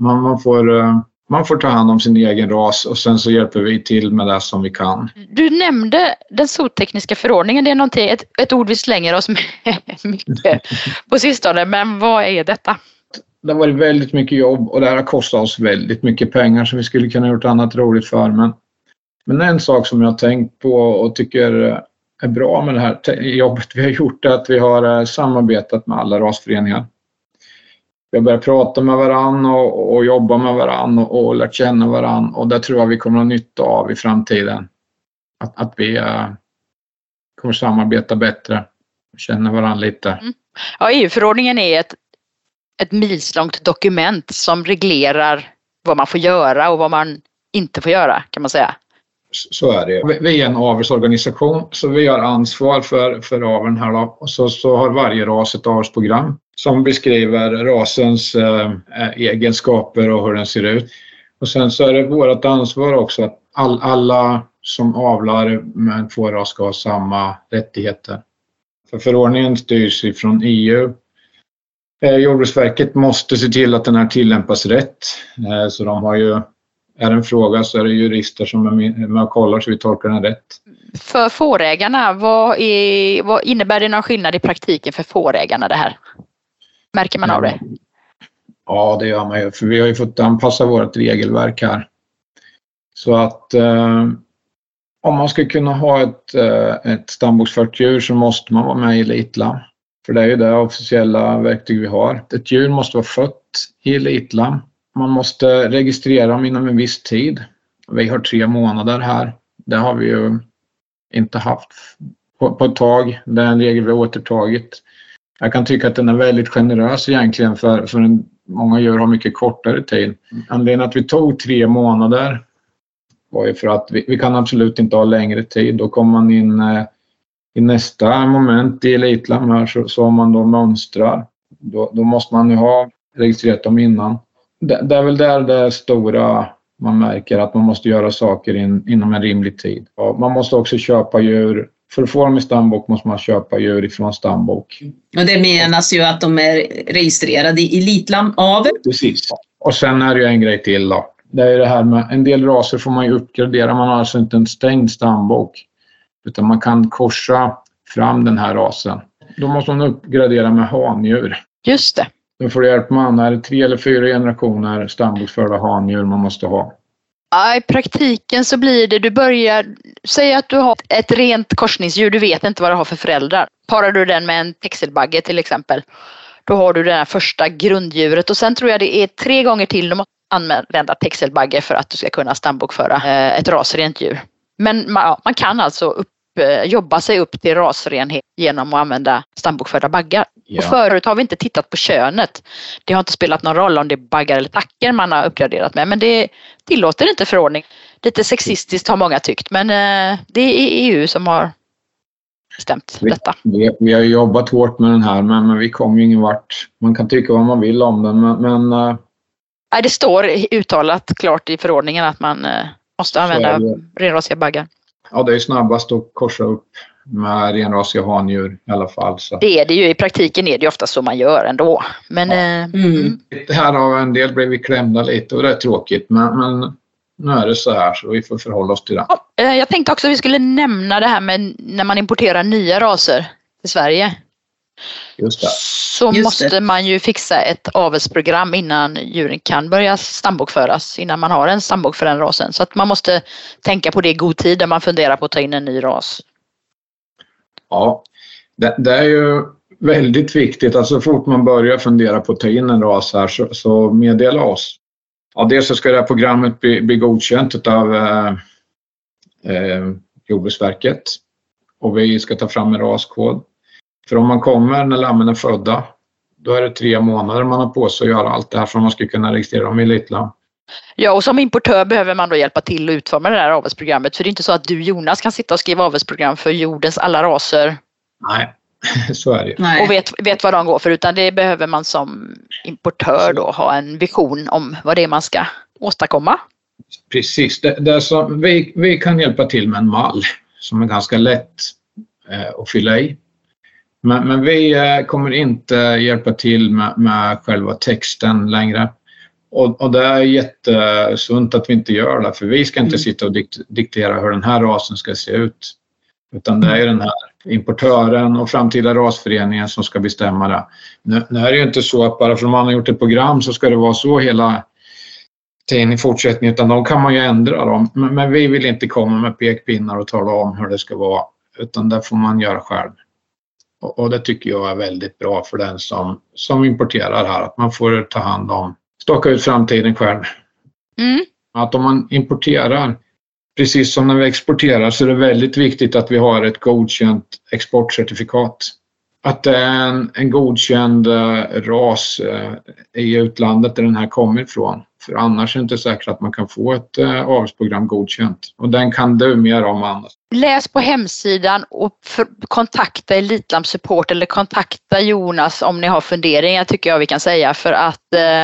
man får ta hand om sin egen ras och sen så hjälper vi till med det som vi kan. Du nämnde den zootekniska förordningen, det är någonting, ett ord vi slänger oss med mycket på sistone, men vad är detta? Det har varit väldigt mycket jobb och det här har kostat oss väldigt mycket pengar som vi skulle kunna gjort annat roligt för. Men en sak som jag har tänkt på och tycker är bra med det här jobbet vi har gjort är att vi har samarbetat med alla rasföreningar. Vi har börjat prata med varann och jobba med varann och lärt känna varann, och det tror jag vi kommer att ha nytta av i framtiden. Att vi kommer samarbeta bättre och känna varann lite. Mm. Ja, EU-förordningen är ett milslångt dokument som reglerar vad man får göra och vad man inte får göra, kan man säga. Så är det. Vi är en avelsorganisation, så vi har ansvar för aveln här då. Och så har varje ras ett avelsprogram som beskriver rasens egenskaper och hur den ser ut. Och sen så är det vårt ansvar också att alla som avlar med en fårras ska ha samma rättigheter. För förordningen styrs ifrån EU. Jordbruksverket måste se till att den här tillämpas rätt. Så de har ju, är en fråga så är det jurister som är med och kollar så vi tolkar den rätt. För fårägarna, vad innebär det någon skillnad i praktiken för fårägarna det här? Märker man av det? Ja, det gör man ju. För vi har ju fått anpassa vårt regelverk här. Så att om man ska kunna ha ett stamboksfört djur så måste man vara med i Elitlamm. För det är ju det officiella verktyg vi har. Ett djur måste vara fött i Elitlamm. Man måste registrera dem inom en viss tid. Vi har 3 månader här. Det har vi ju inte haft på ett tag. Det är en regel vi har återtagit. Jag kan tycka att den är väldigt generös egentligen för många djur har mycket kortare tid. Anledningen att vi tog 3 månader var ju för att vi kan absolut inte ha längre tid. Då kommer man in i nästa moment i Elitlamm här så om man då mönstrar. Då måste man ju ha registrerat dem innan. Det är väl där det stora man märker att man måste göra saker inom en rimlig tid. Och man måste också köpa djur. För att få dem i stambok måste man köpa djur ifrån stambok. Och det menas ju att de är registrerade i Elitlamm avel. Precis. Och sen är det ju en grej till då. Det är det här med en del raser får man ju uppgradera. Man har alltså inte en stängd stambok. Utan man kan korsa fram den här rasen. Då måste man uppgradera med handjur. Just det. Då får du hjälp med andra. Är det 3 eller 4 generationer stamboksförda handjur man måste ha? Ja, i praktiken så blir det, du börjar säga att du har ett rent korsningsdjur, du vet inte vad du har för föräldrar. Parar du den med en texelbagge till exempel, då har du det här första grunddjuret och sen tror jag det är 3 gånger till du måste använda texelbagge för att du ska kunna stambokföra ett rasrent djur. Men man kan alltså jobba sig upp till rasrenhet genom att använda stambokförda baggar. Ja. Och förut har vi inte tittat på könet. Det har inte spelat någon roll om det är baggar eller tacker man har uppgraderat med. Men det tillåter inte förordning. Lite sexistiskt har många tyckt. Men det är EU som har bestämt detta. Vi har jobbat hårt med den här men vi kommer ju ingen vart. Man kan tycka vad man vill om den. Men nej, det står uttalat klart i förordningen att man måste använda renrasiga baggar. Ja, det är snabbast att korsa upp med renrasiga handjur i alla fall. Så. Det är det ju, i praktiken är det ju ofta så man gör ändå. Men, Det här har en del blivit klämda lite och det är tråkigt. Men nu är det så här så vi får förhålla oss till det. Ja, jag tänkte också att vi skulle nämna det här med när man importerar nya raser till Sverige. Just det. Så måste man ju fixa ett avelsprogram innan djuren kan börja stambokföras. Innan man har en stambok för den rasen. Så att man måste tänka på det i god tid när man funderar på att ta in en ny ras. Ja, det är ju väldigt viktigt att så fort man börjar fundera på att ta in en ras här så meddela oss. Ja, dels så ska det här programmet bli godkänt av Jordbruksverket och vi ska ta fram en raskod. För om man kommer när lammen är födda, Då är det 3 månader man har på sig att göra allt det här för att man ska kunna registrera dem i Elitlam. Ja, och som importör behöver man då hjälpa till att utforma det här avelsprogrammet. För det är inte så att du, Jonas, kan sitta och skriva avelsprogram för jordens alla raser. Nej, så är det. Nej. Och vet vad de går för, utan det behöver man som importör då ha en vision om vad det är man ska åstadkomma. Precis, det är så, vi kan hjälpa till med en mall som är ganska lätt att fylla i. Men vi kommer inte hjälpa till med själva texten längre. Och det är jättesunt att vi inte gör det, för vi ska inte sitta och diktera hur den här rasen ska se ut. Utan det är den här importören och framtida rasföreningen som ska bestämma det. Nu är det ju inte så att bara för att man har gjort ett program så ska det vara så hela tiden i fortsättningen, utan de kan man ju ändra dem. Men vi vill inte komma med pekpinnar och tala om hur det ska vara, utan det får man göra själv. Och det tycker jag är väldigt bra för den som importerar här, att man får ta hand om, staka ut framtiden själv. Mm. Att om man importerar, precis som när vi exporterar, så är det väldigt viktigt att vi har ett godkänt exportcertifikat. Att det är en godkänd ras i utlandet där den här kommer ifrån. För annars är det inte säkert att man kan få ett avelsprogram godkänt. Och den kan du mer om annars. Läs på hemsidan och kontakta Elitlam Support eller kontakta Jonas om ni har funderingar, tycker jag vi kan säga. För att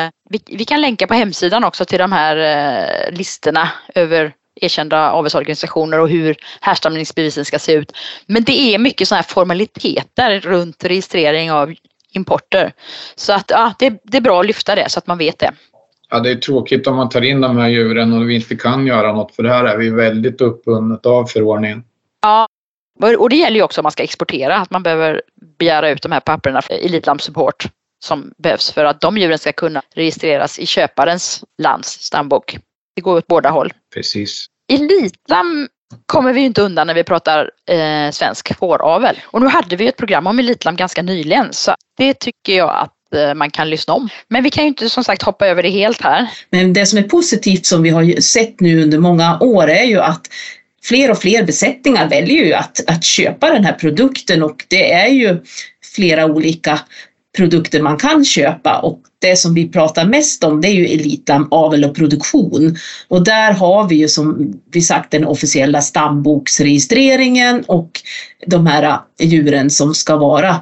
vi kan länka på hemsidan också till de här listorna över erkända avelsorganisationer och hur härstamningsbevisen ska se ut. Men det är mycket sådana här formaliteter runt registrering av importer. Så att det är bra att lyfta det så att man vet det. Ja, det är tråkigt om man tar in de här djuren och vi inte kan göra något, för det här är vi väldigt uppbundet av förordningen. Ja, och det gäller ju också om man ska exportera, att man behöver begära ut de här papperna för Elitlam Support som behövs för att de djuren ska kunna registreras i köparens lands stambok. Det går åt båda håll. Precis. Elitlam kommer vi ju inte undan när vi pratar svensk fåravel. Och nu hade vi ett program om Elitlam ganska nyligen, så det tycker jag att man kan lyssna om. Men vi kan ju inte som sagt hoppa över det helt här. Men det som är positivt som vi har sett nu under många år är ju att fler och fler besättningar väljer ju att köpa den här produkten, och det är ju flera olika produkter man kan köpa, och det som vi pratar mest om det är ju Elitlam avel och produktion, och där har vi ju som vi sagt den officiella stamboksregistreringen och de här djuren som ska vara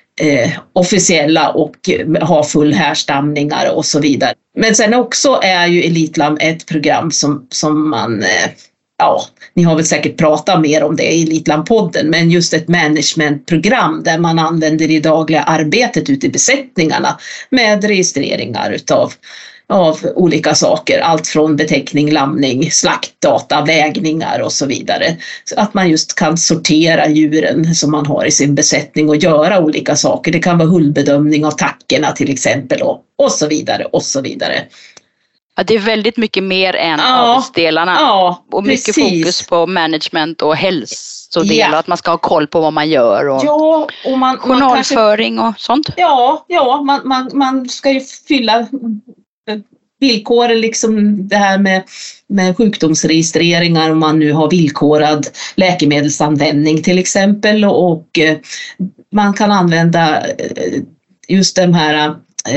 officiella och ha full härstamningar och så vidare. Men sen också är ju Elitlam ett program som man ni har väl säkert pratat mer om det i Elitlam-podden, men just ett managementprogram där man använder det dagliga arbetet ute i besättningarna med registreringar av olika saker. Allt från beteckning, lamning, slaktdata, vägningar och så vidare. Så att man just kan sortera djuren som man har i sin besättning och göra olika saker. Det kan vara hullbedömning av tackorna till exempel och så vidare och så vidare. Ja, det är väldigt mycket mer än avelsdelarna. Ja, och mycket precis. fokus på management och hälsodelar. Ja. Att man ska ha koll på vad man gör. Och journalföring och sånt. Man ska ju fylla villkoren, liksom det här med sjukdomsregistreringar, om man nu har villkorad läkemedelsanvändning till exempel. Och man kan använda just de här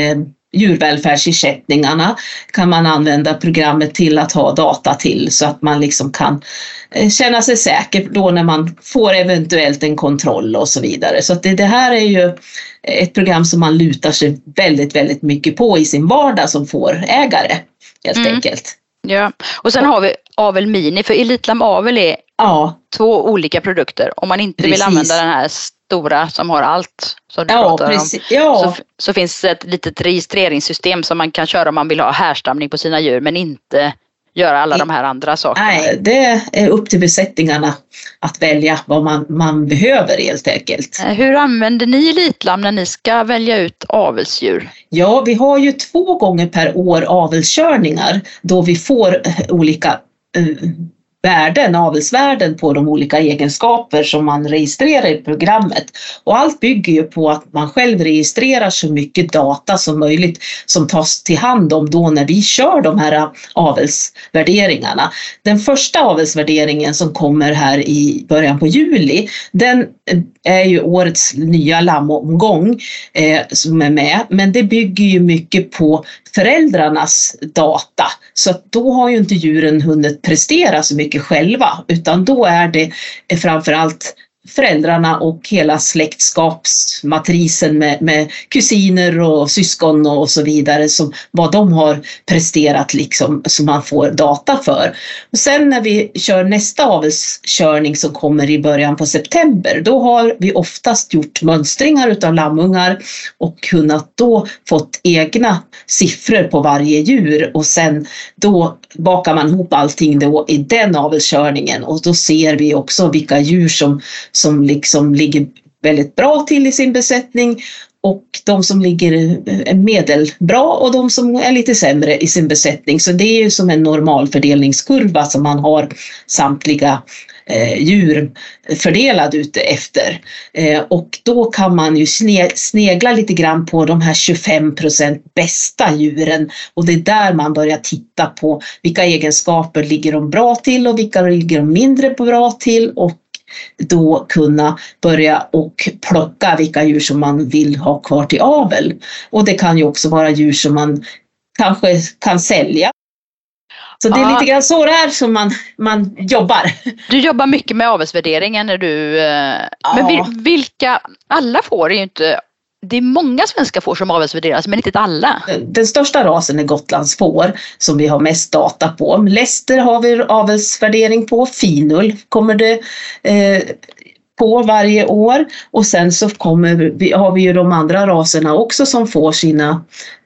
djurvälfärdsersättningarna, kan man använda programmet till att ha data till, så att man liksom kan känna sig säker då när man får eventuellt en kontroll och så vidare. Så att det här är ju ett program som man lutar sig väldigt, väldigt mycket på i sin vardag som fårägare helt enkelt. Ja, och sen har vi Avel Mini, för Elitlam Avel är 2 olika produkter. Om man inte vill använda den här stora som har allt som du pratar om, så finns det ett litet registreringssystem som man kan köra om man vill ha härstamning på sina djur, men inte göra alla de här andra sakerna. Nej, det är upp till besättningarna att välja vad man behöver helt enkelt. Hur använder ni Elitlam när ni ska välja ut avelsdjur? Ja, vi har ju 2 gånger per år avelskörningar då vi får olika avelsvärden på de olika egenskaper som man registrerar i programmet. Och allt bygger ju på att man själv registrerar så mycket data som möjligt som tas till hand om då när vi kör de här avelsvärderingarna. Den första avelsvärderingen som kommer här i början på juli, den är ju årets nya lammomgång som är med. Men det bygger ju mycket på föräldrarnas data. Så att då har ju inte djuren hunnit prestera så mycket själva. Utan då är det framförallt föräldrarna och hela släktskapsmatrisen med kusiner och syskon och så vidare, som vad de har presterat liksom, som man får data för. Och sen när vi kör nästa avelskörning som kommer i början på september, då har vi oftast gjort mönstringar utav lammungar och kunnat då fått egna siffror på varje djur, och sen då bakar man ihop allting då i den avelskörningen, och då ser vi också vilka djur som liksom ligger väldigt bra till i sin besättning, och de som ligger medelbra och de som är lite sämre i sin besättning. Så det är ju som en normal fördelningskurva som man har samtliga djur fördelad ute efter. Och då kan man ju snegla lite grann på de här 25% bästa djuren, och det är där man börjar titta på vilka egenskaper ligger de bra till och vilka ligger de mindre bra till, och då kunna börja och plocka vilka djur som man vill ha kvar till avel. Och det kan ju också vara djur som man kanske kan sälja. Så det är lite grann så det är som man jobbar. Du jobbar mycket med avelsvärderingen när du... Men vilka... Alla får är ju inte... Det är många svenska får som avelsvärderas, men inte alla. Den största rasen är Gotlandsfår som vi har mest data på. Leicester har vi avelsvärdering på. Finull kommer det på varje år. Och sen så har vi ju de andra raserna också som får sina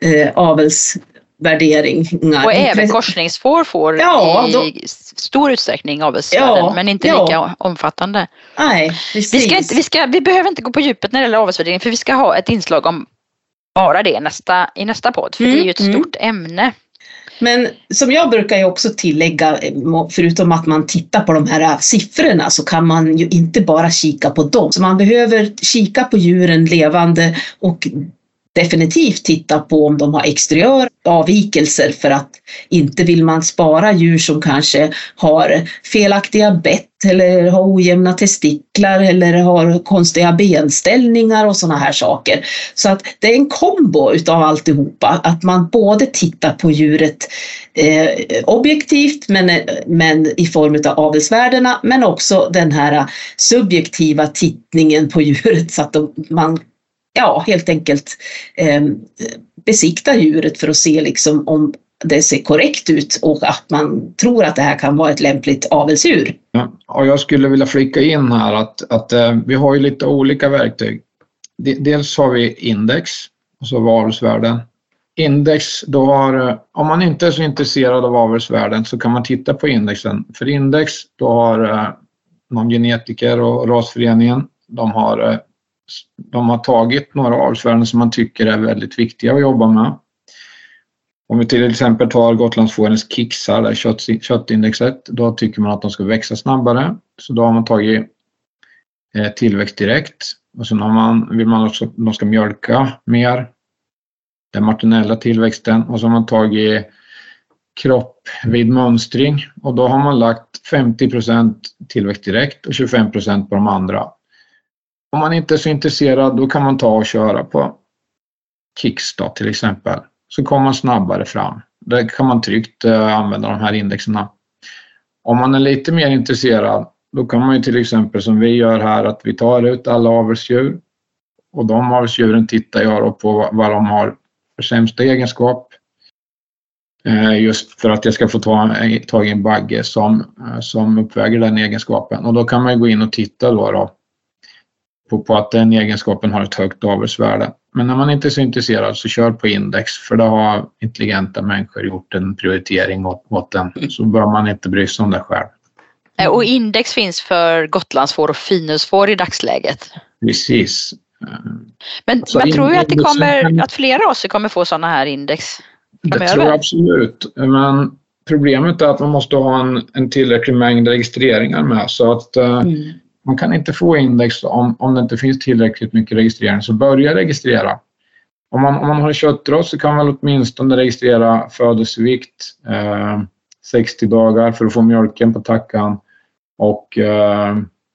avelsvärderingar. Och även korsningsfår i stor utsträckning avelsvärden, men inte lika omfattande. Nej, vi behöver inte gå på djupet när det gäller avelsvärdering, för vi ska ha ett inslag om bara det i nästa podd, för det är ju ett stort ämne. Men som jag brukar ju också tillägga, förutom att man tittar på de här siffrorna, så kan man ju inte bara kika på dem. Så man behöver kika på djuren levande och definitivt titta på om de har exteriöravvikelser, för att inte vill man spara djur som kanske har felaktiga bett eller har ojämna testiklar eller har konstiga benställningar och såna här saker. Så att det är en kombo utav alltihopa, att man både tittar på djuret objektivt men i form av avelsvärdena, men också den här subjektiva tittningen på djuret, så att man helt enkelt besikta djuret för att se liksom om det ser korrekt ut och att man tror att det här kan vara ett lämpligt avelsdjur. Ja, och jag skulle vilja flika in här att vi har ju lite olika verktyg. Dels har vi index, alltså avelsvärden. Index, då om man inte är så intresserad av avelsvärden så kan man titta på indexen. För index, då har någon genetiker och rasföreningen, de har tagit några avelsvärden som man tycker är väldigt viktiga att jobba med. Om vi till exempel tar Gotlandsfårens kixar, där köttindexet, då tycker man att de ska växa snabbare. Så då har man tagit tillväxt direkt. Och sen vill man också att de ska mjölka mer, den marginella tillväxten. Och så har man tagit kropp vid mönstring, och då har man lagt 50% tillväxt direkt och 25% på de andra. Om man inte är så intresserad, då kan man ta och köra på Kicks då, till exempel. Så kommer man snabbare fram. Där kan man tryggt använda de här indexerna. Om man är lite mer intresserad, då kan man ju till exempel som vi gör här, att vi tar ut alla avelsdjur. Och de avelsdjuren tittar jag då på vad de har för sämsta egenskap. Just för att jag ska få ta en bagge som uppväger den egenskapen. Och då kan man ju gå in och titta då på att den egenskapen har ett högt avelsvärde. Men när man inte är så intresserad, så kör på index, för då har intelligenta människor gjort en prioritering åt den. Så bör man inte bry sig om det själv. Och index finns för Gotlandsfår och Finusfår i dagsläget. Precis. Men man tror ju att fler raser kommer få sådana här index framöver. Det tror jag absolut. Men problemet är att man måste ha en tillräcklig mängd registreringar med, så att man kan inte få index om det inte finns tillräckligt mycket registrering. Så börja registrera. Om man har köttras, så kan man åtminstone registrera födelsevikt 60 dagar för att få mjölken på tackan, och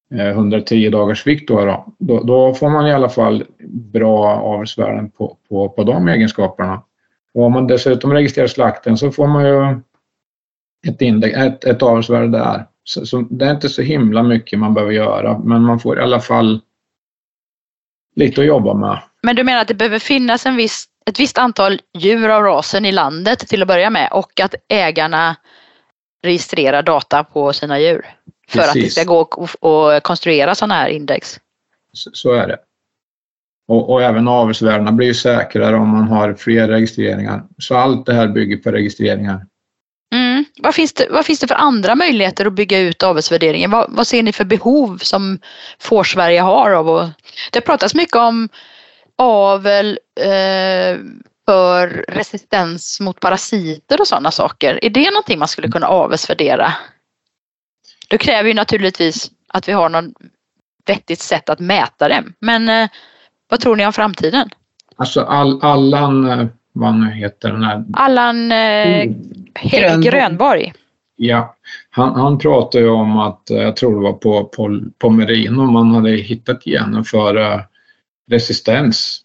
110 dagars vikt då får man i alla fall bra avelsvärden på de egenskaperna. Och om man dessutom registrerar slakten så får man ju ett avelsvärde där. Så det är inte så himla mycket man behöver göra, men man får i alla fall lite att jobba med. Men du menar att det behöver finnas ett visst antal djur av rasen i landet till att börja med, och att ägarna registrerar data på sina djur för Precis. Att det ska gå och konstruera sådana här index? Så är det. Och även avelsvärdena blir ju säkrare om man har fler registreringar. Så allt det här bygger på registreringar. Vad finns det för andra möjligheter att bygga ut avelsvärderingen? Vad ser ni för behov som Fårsverige har? Det pratas mycket om avel för resistens mot parasiter och sådana saker. Är det någonting man skulle kunna avelsvärdera? Det kräver ju naturligtvis att vi har någon vettigt sätt att mäta det. Men vad tror ni om framtiden? Alltså Allan, vad nu heter den här? Allan Grönborg. Ja, han pratade ju om att, jag tror det var på merino, man hade hittat gener för resistens.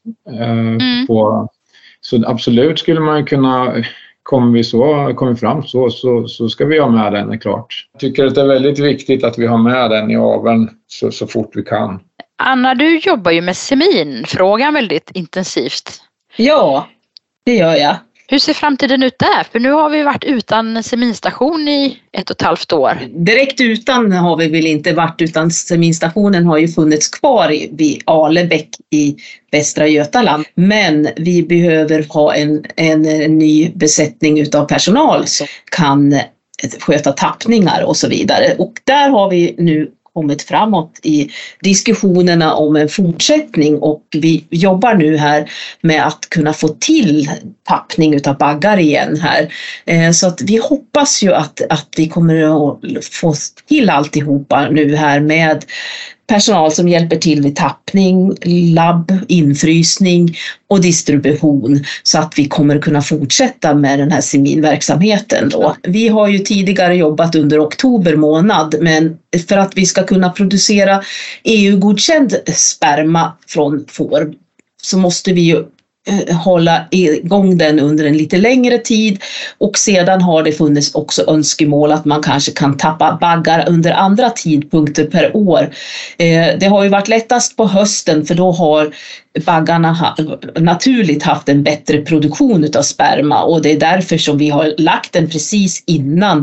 Så absolut skulle man kunna, kommer fram så ska vi ha med den, är klart. Jag tycker att det är väldigt viktigt att vi har med den i aveln så fort vi kan. Anna, du jobbar ju med seminfrågan väldigt intensivt. Ja, det gör jag. Hur ser framtiden ut där? För nu har vi varit utan seminstation i 1,5 år. Direkt utan har vi väl inte varit, utan seminstationen har ju funnits kvar vid Alebäck i Västra Götaland. Men vi behöver ha en ny besättning utav personal som kan sköta tappningar och så vidare. Och där har vi nu kommit framåt i diskussionerna om en fortsättning, och vi jobbar nu här med att kunna få till tappning utav baggar igen här. Så att vi hoppas ju att vi kommer att få till alltihopa nu här med personal som hjälper till vid tappning, labb, infrysning och distribution, så att vi kommer kunna fortsätta med den här seminverksamheten då. Vi har ju tidigare jobbat under oktober månad, men för att vi ska kunna producera EU-godkänd sperma från får så måste vi ju hålla igång den under en lite längre tid, och sedan har det funnits också önskemål att man kanske kan tappa baggar under andra tidpunkter per år. Det har ju varit lättast på hösten, för då har baggarna naturligt haft en bättre produktion utav sperma, och det är därför som vi har lagt den precis innan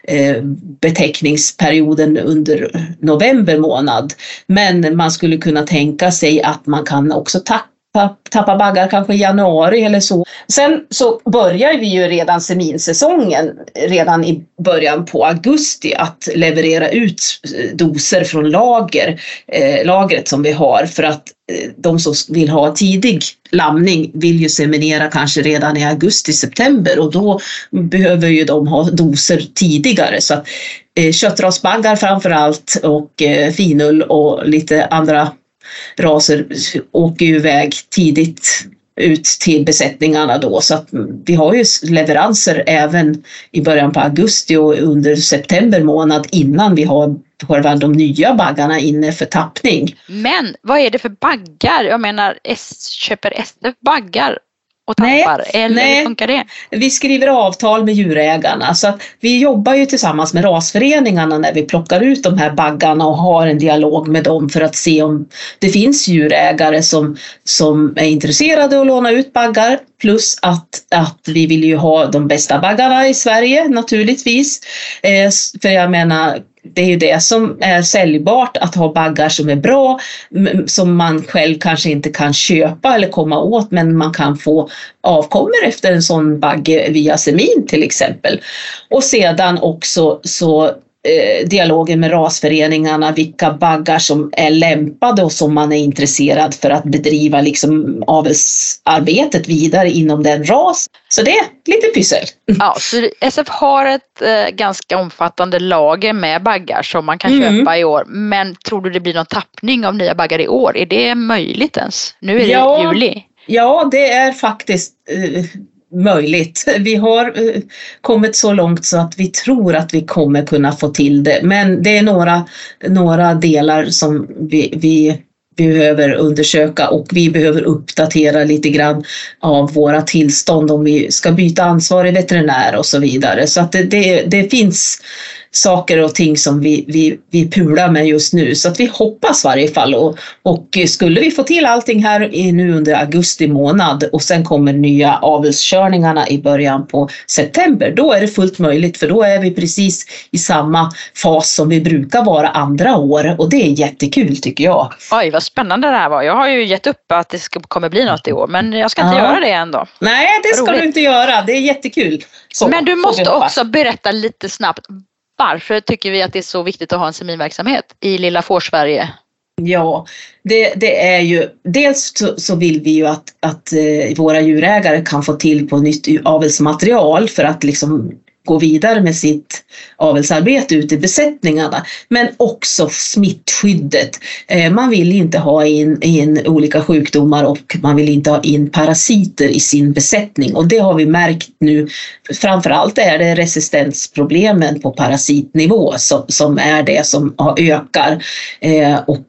betäckningsperioden under november månad. Men man skulle kunna tänka sig att man kan också tappa baggar kanske i januari eller så. Sen så börjar vi ju redan seminsäsongen redan i början på augusti att leverera ut doser från lagret som vi har, för att de som vill ha tidig lamning vill ju seminera kanske redan i augusti-september, och då behöver ju de ha doser tidigare. Så att köttrasbaggar framförallt och finull och lite andra raser åker ju iväg tidigt ut till besättningarna då, så att vi har ju leveranser även i början på augusti och under september månad innan vi har de nya baggarna inne för tappning. Men vad är det för baggar? Jag menar, köper SF baggar och tappar? Eller hur funkar det? Vi skriver avtal med djurägarna, så att vi jobbar ju tillsammans med rasföreningarna när vi plockar ut de här baggarna och har en dialog med dem för att se om det finns djurägare som är intresserade att låna ut baggar, plus att vi vill ju ha de bästa baggarna i Sverige naturligtvis. För jag menar, det är ju det som är säljbart, att ha baggar som är bra, som man själv kanske inte kan köpa eller komma åt, men man kan få avkommer efter en sån bagge via semin till exempel. Och sedan också så dialogen med rasföreningarna, vilka baggar som är lämpade och som man är intresserad för att bedriva liksom avelsarbetet vidare inom den ras. Så det är lite pyssel. Ja, så SF har ett ganska omfattande lager med baggar som man kan köpa i år. Men tror du det blir någon tappning av nya baggar i år? Är det möjligt ens? Nu är det juli. Ja, det är faktiskt möjligt. Vi har kommit så långt så att vi tror att vi kommer kunna få till det. Men det är några delar som vi behöver undersöka och vi behöver uppdatera lite grann av våra tillstånd om vi ska byta ansvarig veterinär och så vidare. Så att det finns saker och ting som vi pular med just nu. Så att vi hoppas i varje fall. Och skulle vi få till allting här nu under augusti månad och sen kommer nya avelskörningarna i början på september, då är det fullt möjligt, för då är vi precis i samma fas som vi brukar vara andra år, och det är jättekul tycker jag. Oj, vad spännande det här var. Jag har ju gett upp att det kommer bli något i år, men jag ska inte göra det ändå. Nej, det ska du inte göra. Det är jättekul. Men du måste också berätta lite snabbt, varför tycker vi att det är så viktigt att ha en seminverksamhet i lilla Fårsverige? Ja, det är ju, dels så vill vi ju att våra djurägare kan få till på nytt avelsmaterial för att liksom gå vidare med sitt avelsarbete ute i besättningarna, men också smittskyddet. Man vill inte ha in olika sjukdomar och man vill inte ha in parasiter i sin besättning, och det har vi märkt nu. Framförallt är det resistensproblemen på parasitnivå som är det som ökar, och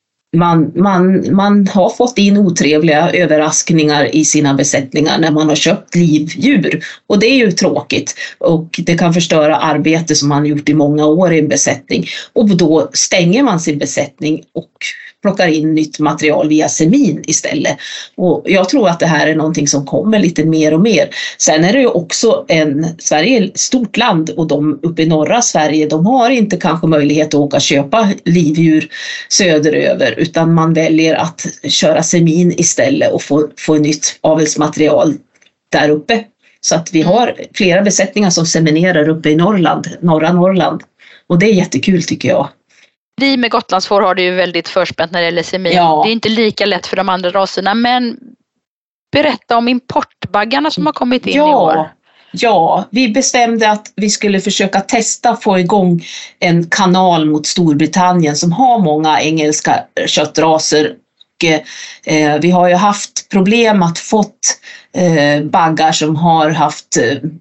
man har fått in otrevliga överraskningar i sina besättningar när man har köpt livdjur, och det är ju tråkigt och det kan förstöra arbete som man gjort i många år i en besättning, och då stänger man sin besättning och plockar in nytt material via semin istället. Och jag tror att det här är någonting som kommer lite mer och mer. Sen är det ju också Sverige är ett stort land, och de uppe i norra Sverige, de har inte kanske möjlighet att åka och köpa livdjur söderöver, utan man väljer att köra semin istället och få nytt avelsmaterial där uppe. Så att vi har flera besättningar som seminerar uppe i norra Norrland, och det är jättekul tycker jag. Vi med Gotlandsfår har det ju väldigt förspänt när det gäller semin. Ja. Det är inte lika lätt för de andra raserna, men berätta om importbaggarna som har kommit in i år. Ja, vi bestämde att vi skulle försöka få igång en kanal mot Storbritannien som har många engelska köttraser. Vi har ju haft problem att fått baggar som har haft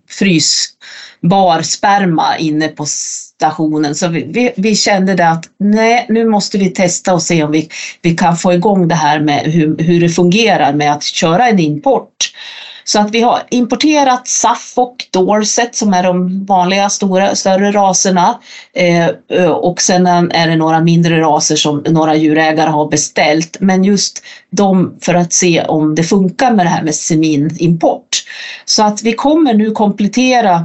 frysbar sperma inne på stationen, så vi kände det att nej, nu måste vi testa och se om vi kan få igång det här med hur det fungerar med att köra en import. Så att vi har importerat Suffolk, Dorset som är de vanliga större raserna, och sen är det några mindre raser som några djurägare har beställt, men just de för att se om det funkar med det här med seminimport. Så att vi kommer nu komplettera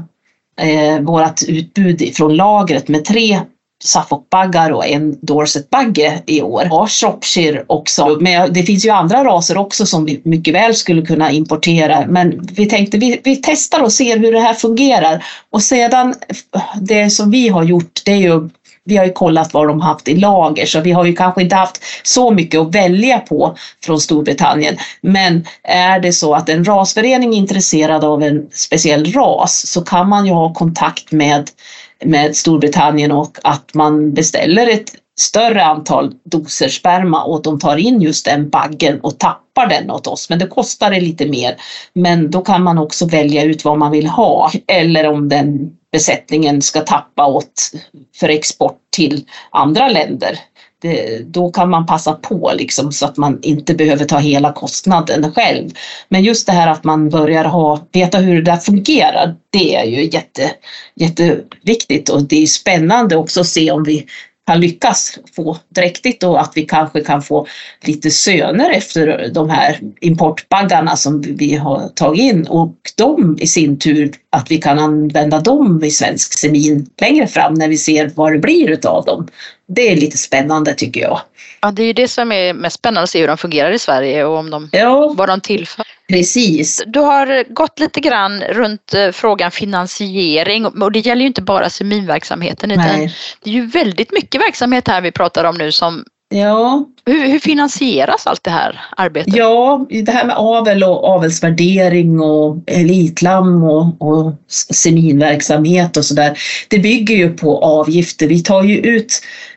vårt utbud från lagret med 3 Suffolk-baggar och en Dorset-bagge i år. Ja, Shropshire också. Men det finns ju andra raser också som vi mycket väl skulle kunna importera. Men vi tänkte vi testar och ser hur det här fungerar. Och sedan det som vi har gjort, det är ju vi har ju kollat vad de haft i lager, så vi har ju kanske inte haft så mycket att välja på från Storbritannien. Men är det så att en rasförening är intresserad av en speciell ras, så kan man ju ha kontakt med Storbritannien och att man beställer ett större antal doser sperma och de tar in just den baggen och tappar den åt oss. Men det kostar det lite mer. Men då kan man också välja ut vad man vill ha, eller om den besättningen ska tappa för export till andra länder. Då kan man passa på liksom, så att man inte behöver ta hela kostnaden själv. Men just det här att man börjar veta hur det där fungerar, det är ju jätteviktigt, och det är spännande också att se om vi kan lyckas få dräktigt, och att vi kanske kan få lite söner efter de här importbaggarna som vi har tagit in, och de i sin tur att vi kan använda dem i svensk semin längre fram när vi ser vad det blir utav dem. Det är lite spännande tycker jag. Ja, det är ju det som är mest spännande, att se hur de fungerar i Sverige och om vad de tillför. Precis. Du har gått lite grann runt frågan finansiering, och det gäller ju inte bara seminverksamheten, utan det är ju väldigt mycket verksamhet här vi pratar om nu som... Ja. Hur finansieras allt det här arbetet? Ja, det här med avel och avelsvärdering och elitlamm och seminverksamhet och sådär, det bygger ju på avgifter. Vi tar ju ut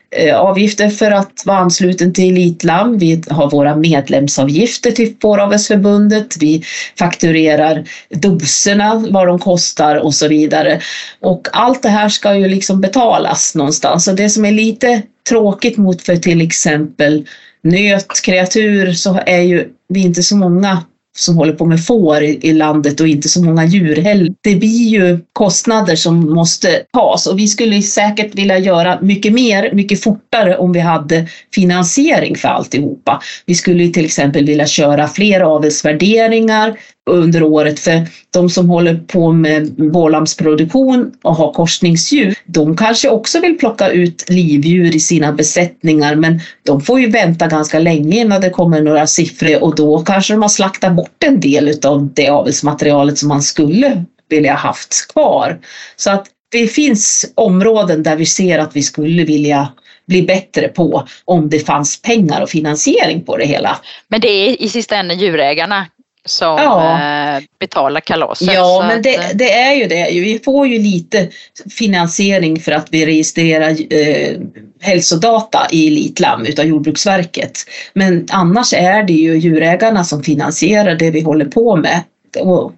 avgifter för att vara ansluten till Elitlamm. Vi har våra medlemsavgifter till Fåravelsförbundet. Vi fakturerar doserna, vad de kostar och så vidare. Och allt det här ska ju liksom betalas någonstans. Och det som är lite tråkigt mot för till exempel nöt, kreatur, så är ju vi inte så många som håller på med får i landet och inte så många djur heller. Det blir ju kostnader som måste tas och vi skulle säkert vilja göra mycket mer, mycket fortare om vi hade finansiering för alltihopa. Vi skulle till exempel vilja köra fler avelsvärderingar under året, för de som håller på med vårlammsproduktion och har korsningsdjur, de kanske också vill plocka ut livdjur i sina besättningar, men de får ju vänta ganska länge innan det kommer några siffror och då kanske de har slaktat bort en del av det avelsmaterialet som man skulle vilja haft kvar. Så att det finns områden där vi ser att vi skulle vilja bli bättre på om det fanns pengar och finansiering på det hela. Men det är i sista änden djurägarna som betalar kalaset. Ja, men det är ju det. Vi får ju lite finansiering för att vi registrerar hälsodata i Elitlamm utav Jordbruksverket. Men annars är det ju djurägarna som finansierar det vi håller på med. Och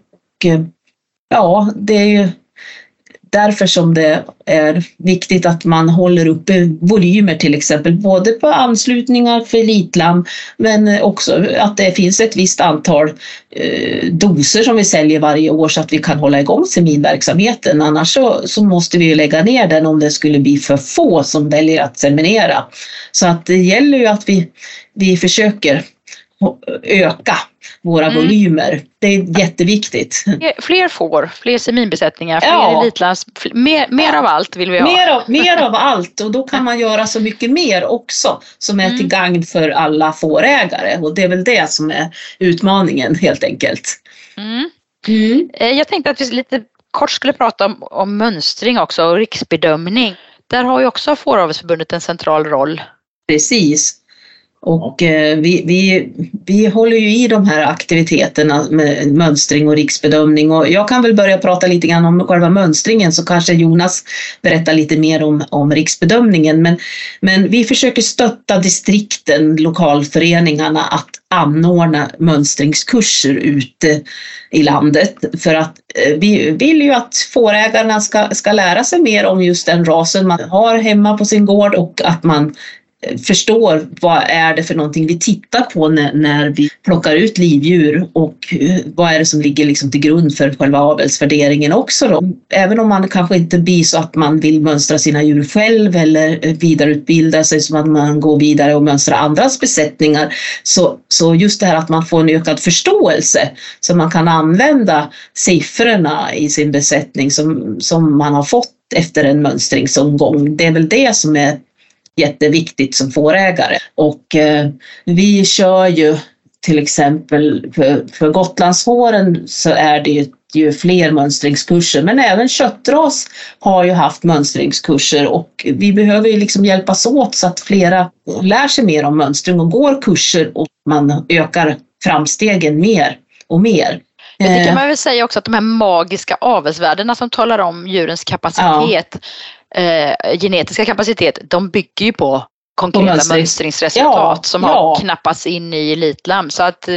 ja, det är ju därför som det är viktigt att man håller uppe volymer till exempel, både på anslutningar för Elitlamm men också att det finns ett visst antal doser som vi säljer varje år så att vi kan hålla igång seminverksamheten. Annars så måste vi ju lägga ner den om det skulle bli för få som väljer att seminera. Så att det gäller ju att vi försöker öka våra volymer. Det är jätteviktigt. Fler får, fler seminbesättningar, fler elitlands, mer av allt vill vi ha. Mer av allt, och då kan man göra så mycket mer också som är till gagn för alla fårägare, och det är väl det som är utmaningen helt enkelt. Jag tänkte att vi lite kort skulle prata om mönstring också och riksbedömning. Där har ju också Fåravelsförbundet en central roll. Precis. Och vi håller ju i de här aktiviteterna med mönstring och riksbedömning, och jag kan väl börja prata lite grann om själva mönstringen, så kanske Jonas berättar lite mer om riksbedömningen. Men vi försöker stötta distrikten, lokalföreningarna att anordna mönstringskurser ute i landet, för att vi vill ju att fårägarna ska lära sig mer om just den rasen man har hemma på sin gård, och att man förstår vad är det för någonting vi tittar på när vi plockar ut livdjur, och vad är det som ligger liksom till grund för själva avelsvärderingen också då. Även om man kanske inte blir så att man vill mönstra sina djur själv eller vidareutbilda sig så att man går vidare och mönstra andras besättningar, så just det här att man får en ökad förståelse så man kan använda siffrorna i sin besättning som man har fått efter en mönstringsomgång. Det är väl det som är jätteviktigt som fårägare. Och vi kör ju till exempel för Gotlandsfåren så är det ju fler mönstringskurser, men även köttras har ju haft mönstringskurser, och vi behöver ju liksom hjälpas åt så att flera lär sig mer om mönstring och går kurser, och man ökar framstegen mer och mer. Det kan man väl säga också, att de här magiska avelsvärdena som talar om djurens kapacitet, genetiska kapacitet, de bygger ju på konkreta mönstringsresultat som har knappats in i Elitlamm. Så att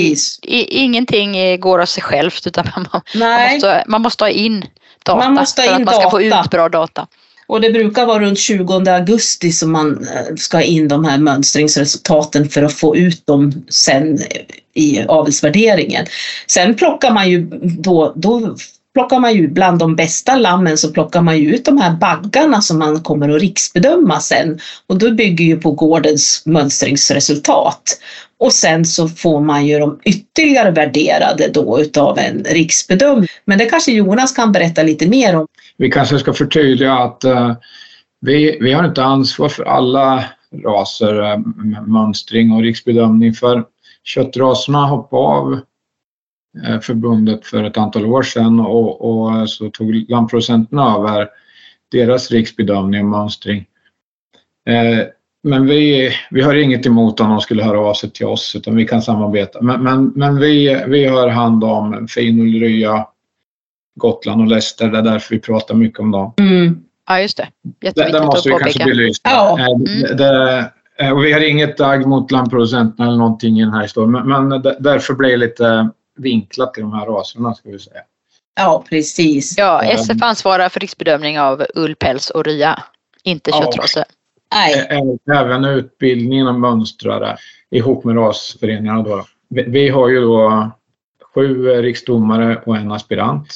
ingenting går av sig självt, utan man måste ha in data för att man ska få ut bra data. Och det brukar vara runt 20 augusti som man ska ha in de här mönstringsresultaten för att få ut dem sen i avelsvärderingen. Sen plockar man ju då plockar man ju bland de bästa lammen, så plockar man ju ut de här baggarna som man kommer att riksbedöma sen. Och då bygger ju på gårdens mönstringsresultat. Och sen så får man ju de ytterligare värderade då utav en riksbedömning. Men det kanske Jonas kan berätta lite mer om. Vi kanske ska förtydliga att vi har inte ansvar för alla raser, mönstring och riksbedömning, för köttraserna hoppade av förbundet för ett antal år sedan, och så tog lammproducenterna över deras riksbedömning och mönstring. Men vi har inget emot om de skulle höra av sig till oss, utan vi kan samarbeta. Men vi har hand om Finullrya, Gotland och Leicester, det är därför vi pratar mycket om dem. Ja, just det. Det Jätteviktigt måste att vi kanske påpeka. belysa. Ja. Och vi har inget dagg mot lammproducenterna eller någonting i den här historien. Men därför blir det lite vinklat i de här raserna, ska vi säga. Ja, precis. Ja, SF ansvarar för riskbedömning av ull, päls och rya. Inte köttraser. Nej. Även utbildningen av mönstrare ihop med rasföreningarna. Då. Vi har ju då 7 riksdomare och en aspirant.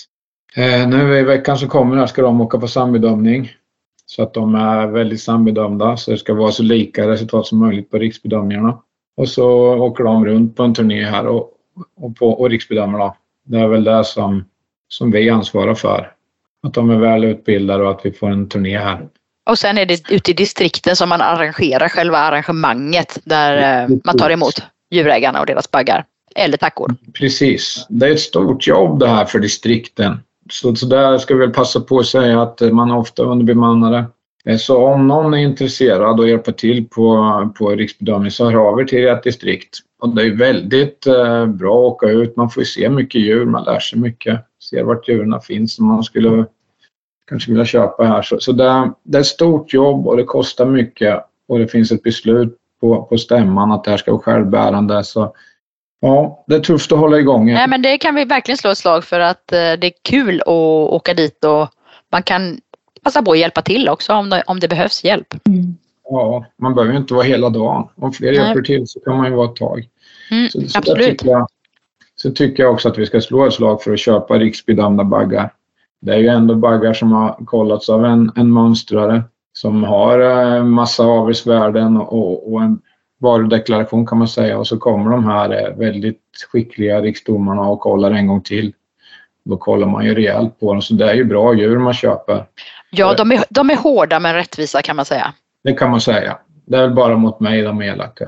Nu i veckan som kommer här ska de åka på sambedömning. Så att de är väldigt sambedömda. Så det ska vara så lika resultat som möjligt på riksbedömningarna. Och så åker de runt på en turné här och riksbedömer då. Det är väl det som vi ansvarar för. Att de är väl utbildade och att vi får en turné här. Och sen är det ute i distrikten som man arrangerar själva arrangemanget där man tar emot djurägarna och deras baggar. Eller tackor. Precis. Det är ett stort jobb det här för distrikten. Så där ska vi väl passa på att säga att man är ofta underbemannade. Så om någon är intresserad och hjälper till på riksbedömning så hör av er till ett distrikt. Och det är väldigt bra att åka ut. Man får se mycket djur, man lär sig mycket. Ser vart djuren finns som man skulle kanske vilja köpa här. Så det är ett stort jobb och det kostar mycket. Och det finns ett beslut på stämman att det här ska vara självbärande. Så ja, det är tufft att hålla igång. Nej, men det kan vi verkligen slå ett slag för att det är kul att åka dit och man kan passa på att hjälpa till också om det behövs hjälp. Mm. Ja, man behöver ju inte vara hela dagen. Om fler hjälper till så kan man ju vara ett tag. Så absolut. Så tycker jag också att vi ska slå ett slag för att köpa riksbedömda baggar. Det är ju ändå baggar som har kollats av en mönstrare som har massa avelsvärden och en varudeklaration kan man säga. Och så kommer de här väldigt skickliga riksdomarna och kollar en gång till. Då kollar man ju rejält på dem. Så det är ju bra djur man köper. Ja, de är hårda men rättvisa kan man säga. Det kan man säga. Det är väl bara mot mig de är elaka.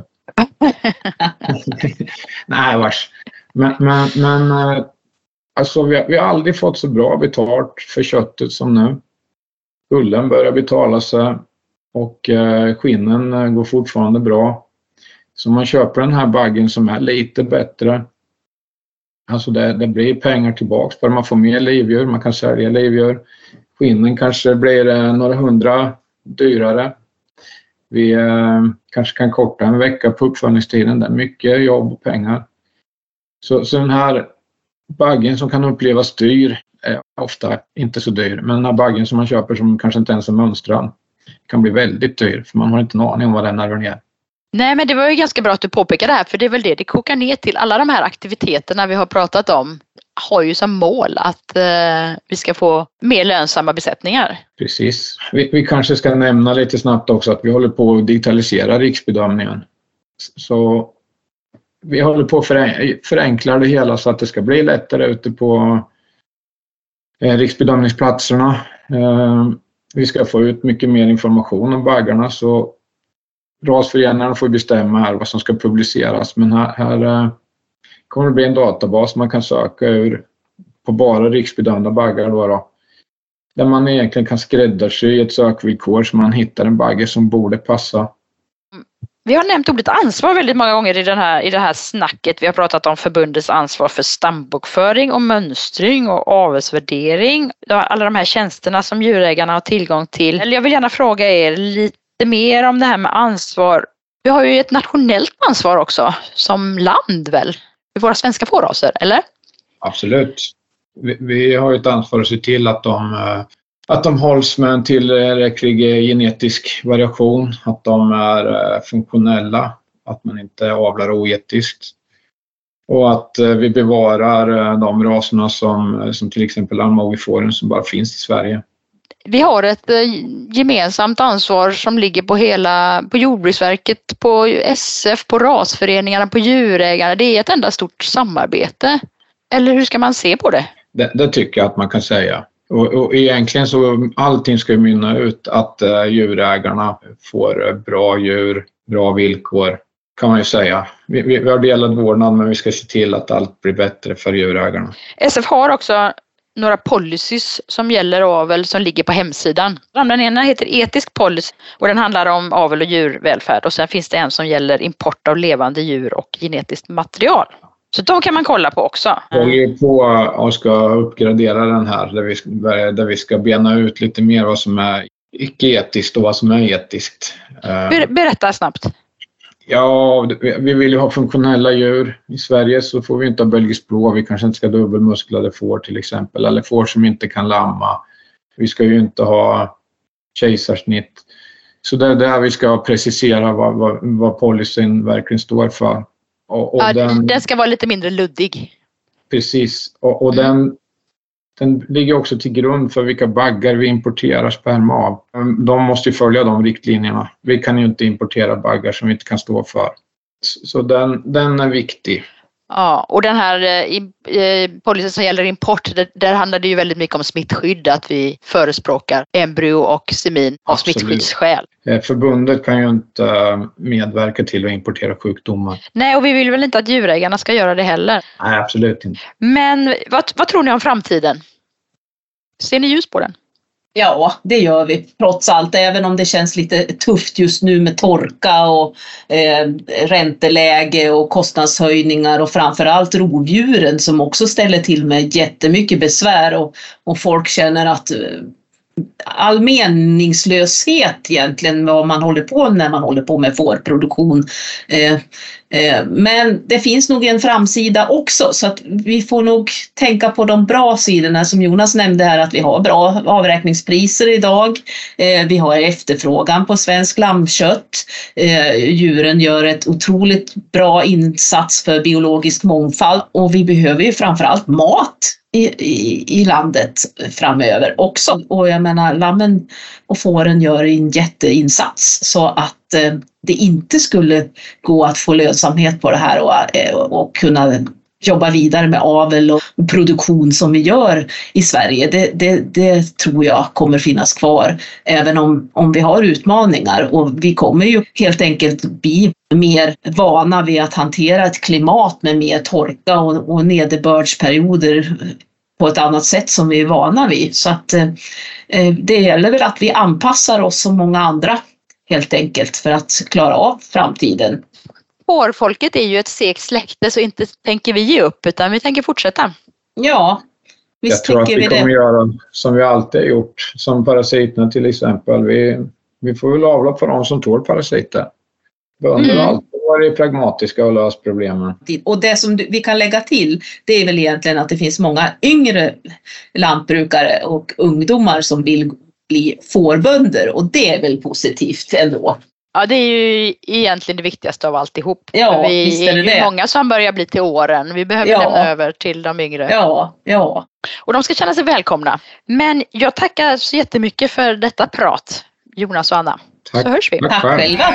Nej, vars. Men alltså vi har aldrig fått så bra betalt för köttet som nu. Ullen börjar betala sig och skinnen går fortfarande bra. Så man köper den här baggen som är lite bättre. Alltså det blir pengar tillbaks för man får mer livdjur, man kan sälja livdjur. Skinnen kanske blir några 100 dyrare. Vi kanske kan korta en vecka på uppföljningstiden. Det är mycket jobb och pengar. Så den här baggen som kan upplevas dyr är ofta inte så dyr. Men den här baggen som man köper som kanske inte ens är mönstrad kan bli väldigt dyr. För man har inte en aning om vad den är ner. Nej, men det var ju ganska bra att du påpekade det här. För det är väl det kokar ner till. Alla de här aktiviteterna vi har pratat om har ju som mål att vi ska få mer lönsamma besättningar. Precis. Vi kanske ska nämna lite snabbt också att vi håller på att digitalisera riksbedömningen. Så vi håller på att förenkla det hela så att det ska bli lättare ute på riksbedömningsplatserna. Vi ska få ut mycket mer information om baggarna så rasföreningarna får bestämma här vad som ska publiceras. Men här kommer det bli en databas man kan söka ur på bara riksbedömda baggar då. Där man egentligen kan skräddarsy ett sökvillkor så man hittar en bagge som borde passa. Vi har nämnt ordet ansvar väldigt många gånger i det här snacket. Vi har pratat om förbundets ansvar för stambokföring och mönstring och avelsvärdering. Alla de här tjänsterna som djurägarna har tillgång till. Eller jag vill gärna fråga er lite mer om det här med ansvar. Vi har ju ett nationellt ansvar också som land väl? För våra svenska fåraser, eller? Absolut. Vi har ett ansvar att se till att de hålls med en tillräcklig genetisk variation, att de är funktionella, att man inte avlar oetiskt och att vi bevarar de raserna som till exempel allmogefåren som bara finns i Sverige. Vi har ett gemensamt ansvar som ligger på Jordbruksverket, på SF, på rasföreningarna, på djurägarna. Det är ett enda stort samarbete. Eller hur ska man se på det? Det tycker jag att man kan säga. Och egentligen så allting ska mynna ut att djurägarna får bra djur, bra villkor kan man ju säga. Vi har delad vårdnad men vi ska se till att allt blir bättre för djurägarna. SF har också några policies som gäller avel som ligger på hemsidan. Den ena heter etisk policy och den handlar om avel och djurvälfärd och sen finns det en som gäller import av levande djur och genetiskt material. Så de kan man kolla på också. Vi håller på och ska uppgradera den här där vi ska bena ut lite mer vad som är icke-etiskt och vad som är etiskt. Berätta snabbt. Ja, vi vill ju ha funktionella djur. I Sverige så får vi inte ha belgisk blå. Vi kanske inte ska ha dubbelmusklade får till exempel. Eller får som inte kan lamma. Vi ska ju inte ha kejsarsnitt. Så det är där vi ska precisera vad policyn verkligen står för. Och den ska vara lite mindre luddig. Precis. Och den ligger också till grund för vilka baggar vi importerar sperma av. De måste ju följa de riktlinjerna. Vi kan ju inte importera baggar som vi inte kan stå för. Så den är viktig. Ja, och den här policyn som gäller import, där handlar det ju väldigt mycket om smittskydd, att vi förespråkar embryo och semin av smittskyddsskäl. Förbundet kan ju inte medverka till att importera sjukdomar. Nej, och vi vill väl inte att djurägarna ska göra det heller. Nej, absolut inte. Men vad tror ni om framtiden? Ser ni ljus på den? Ja, det gör vi trots allt, även om det känns lite tufft just nu med torka och ränteläge och kostnadshöjningar och framförallt rovdjuren som också ställer till med jättemycket besvär och folk känner att all meningslöshet egentligen vad man håller på när man håller på med fårproduktion. Men det finns nog en framsida också, så att vi får nog tänka på de bra sidorna som Jonas nämnde här, att vi har bra avräkningspriser idag. Vi har efterfrågan på svensk lammkött. Djuren gör ett otroligt bra insats för biologisk mångfald och vi behöver ju framförallt mat i landet framöver också. Och jag menar, lammen och fåren gör en jätteinsats så att det inte skulle gå att få lönsamhet på det här och kunna jobba vidare med avel och produktion som vi gör i Sverige. Det tror jag kommer finnas kvar även om vi har utmaningar, och vi kommer ju helt enkelt bli mer vana vid att hantera ett klimat med mer torka och nederbördsperioder på ett annat sätt som vi är vana vid. Så att det gäller väl att vi anpassar oss som många andra helt enkelt för att klara av framtiden. Fårfolket är ju ett segt släkte, så inte tänker vi ge upp utan vi tänker fortsätta. Ja, visst jag tror tycker att vi kommer göra som vi alltid har gjort, som parasiterna till exempel. Vi får väl avla på de som tål parasiter. Bönder har alltid varit pragmatiska och löst problemen. Och det som vi kan lägga till, det är väl egentligen att det finns många yngre lantbrukare och ungdomar som vill bli fårbönder, och det är väl positivt ändå. Ja, det är ju egentligen det viktigaste av alltihop. Ja, vi visst är det ju många som börjar bli till åren. Vi behöver lämna över till de yngre. Ja. Och de ska känna sig välkomna. Men jag tackar så jättemycket för detta prat, Jonas och Anna. Tack. Så hörs vi. Tack själva.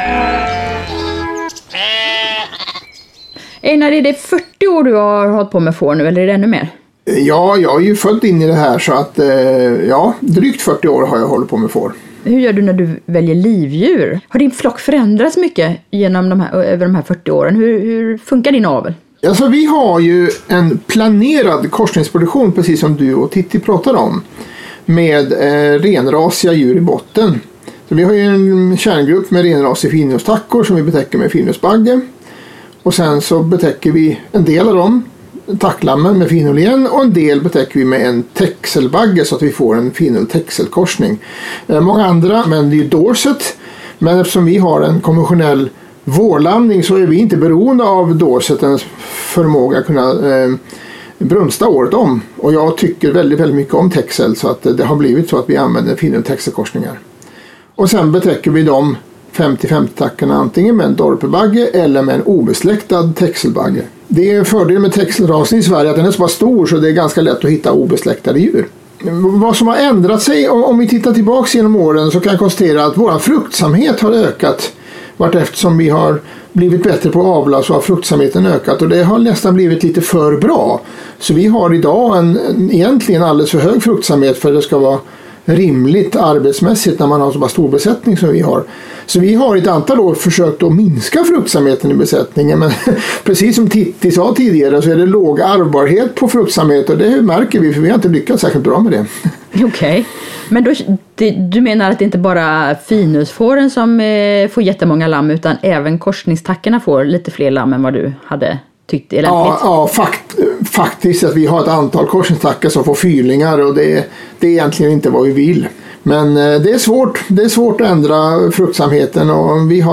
Einar, är det 40 år du har hållit på med får nu, eller är det ännu mer? Ja, jag är ju född in i det här, så att drygt 40 år har jag hållit på med får. Hur gör du när du väljer livdjur? Har din flock förändrats mycket över de här 40 åren? Hur funkar din avel? Alltså, vi har ju en planerad korsningsproduktion, precis som du och Titti pratade om, med renrasiga djur i botten. Så vi har ju en kärngrupp med renrasiga finnostackor som vi betäcker med finnosbagge. Och sen så betäcker vi en del av dem, tacklammen med finolén, och en del betäcker vi med en texelbagge så att vi får en finol-texelkorsning. Många andra använder ju Dorset, men eftersom vi har en konventionell vårlandning så är vi inte beroende av Dorsetens förmåga att kunna brunsta året om. Och jag tycker väldigt, väldigt mycket om texel, så att det har blivit så att vi använder finol-texelkorsningar. Och sen betäcker vi dem 50-50-tackarna antingen med en dorpebagge eller med en obesläktad texelbagge. Det är en fördel med texelrasen i Sverige att den är så pass stor så det är ganska lätt att hitta obesläktade djur. Vad som har ändrat sig, om vi tittar tillbaka genom åren, så kan jag konstatera att vår fruktsamhet har ökat vartefter vi har blivit bättre på att avla, så har fruktsamheten ökat, och det har nästan blivit lite för bra. Så vi har idag egentligen alldeles för hög fruktsamhet för att det ska vara rimligt arbetsmässigt när man har så pass stor besättning som vi har. Så vi har i ett antal år försökt att minska fruktsamheten i besättningen, men precis som Titti sa tidigare så är det låg ärvbarhet på fruktsamhet, och det märker vi, för vi har inte lyckats särskilt bra med det. Okej. Men du menar att det inte bara finusfåren som får jättemånga lamm, utan även korsningstackorna får lite fler lamm än vad du hade tyckt är lämpligt? Ja, faktiskt att vi har ett antal korsningstackor som får fyrlingar, och det är egentligen inte vad vi vill. Men det är svårt att ändra fruktsamheten och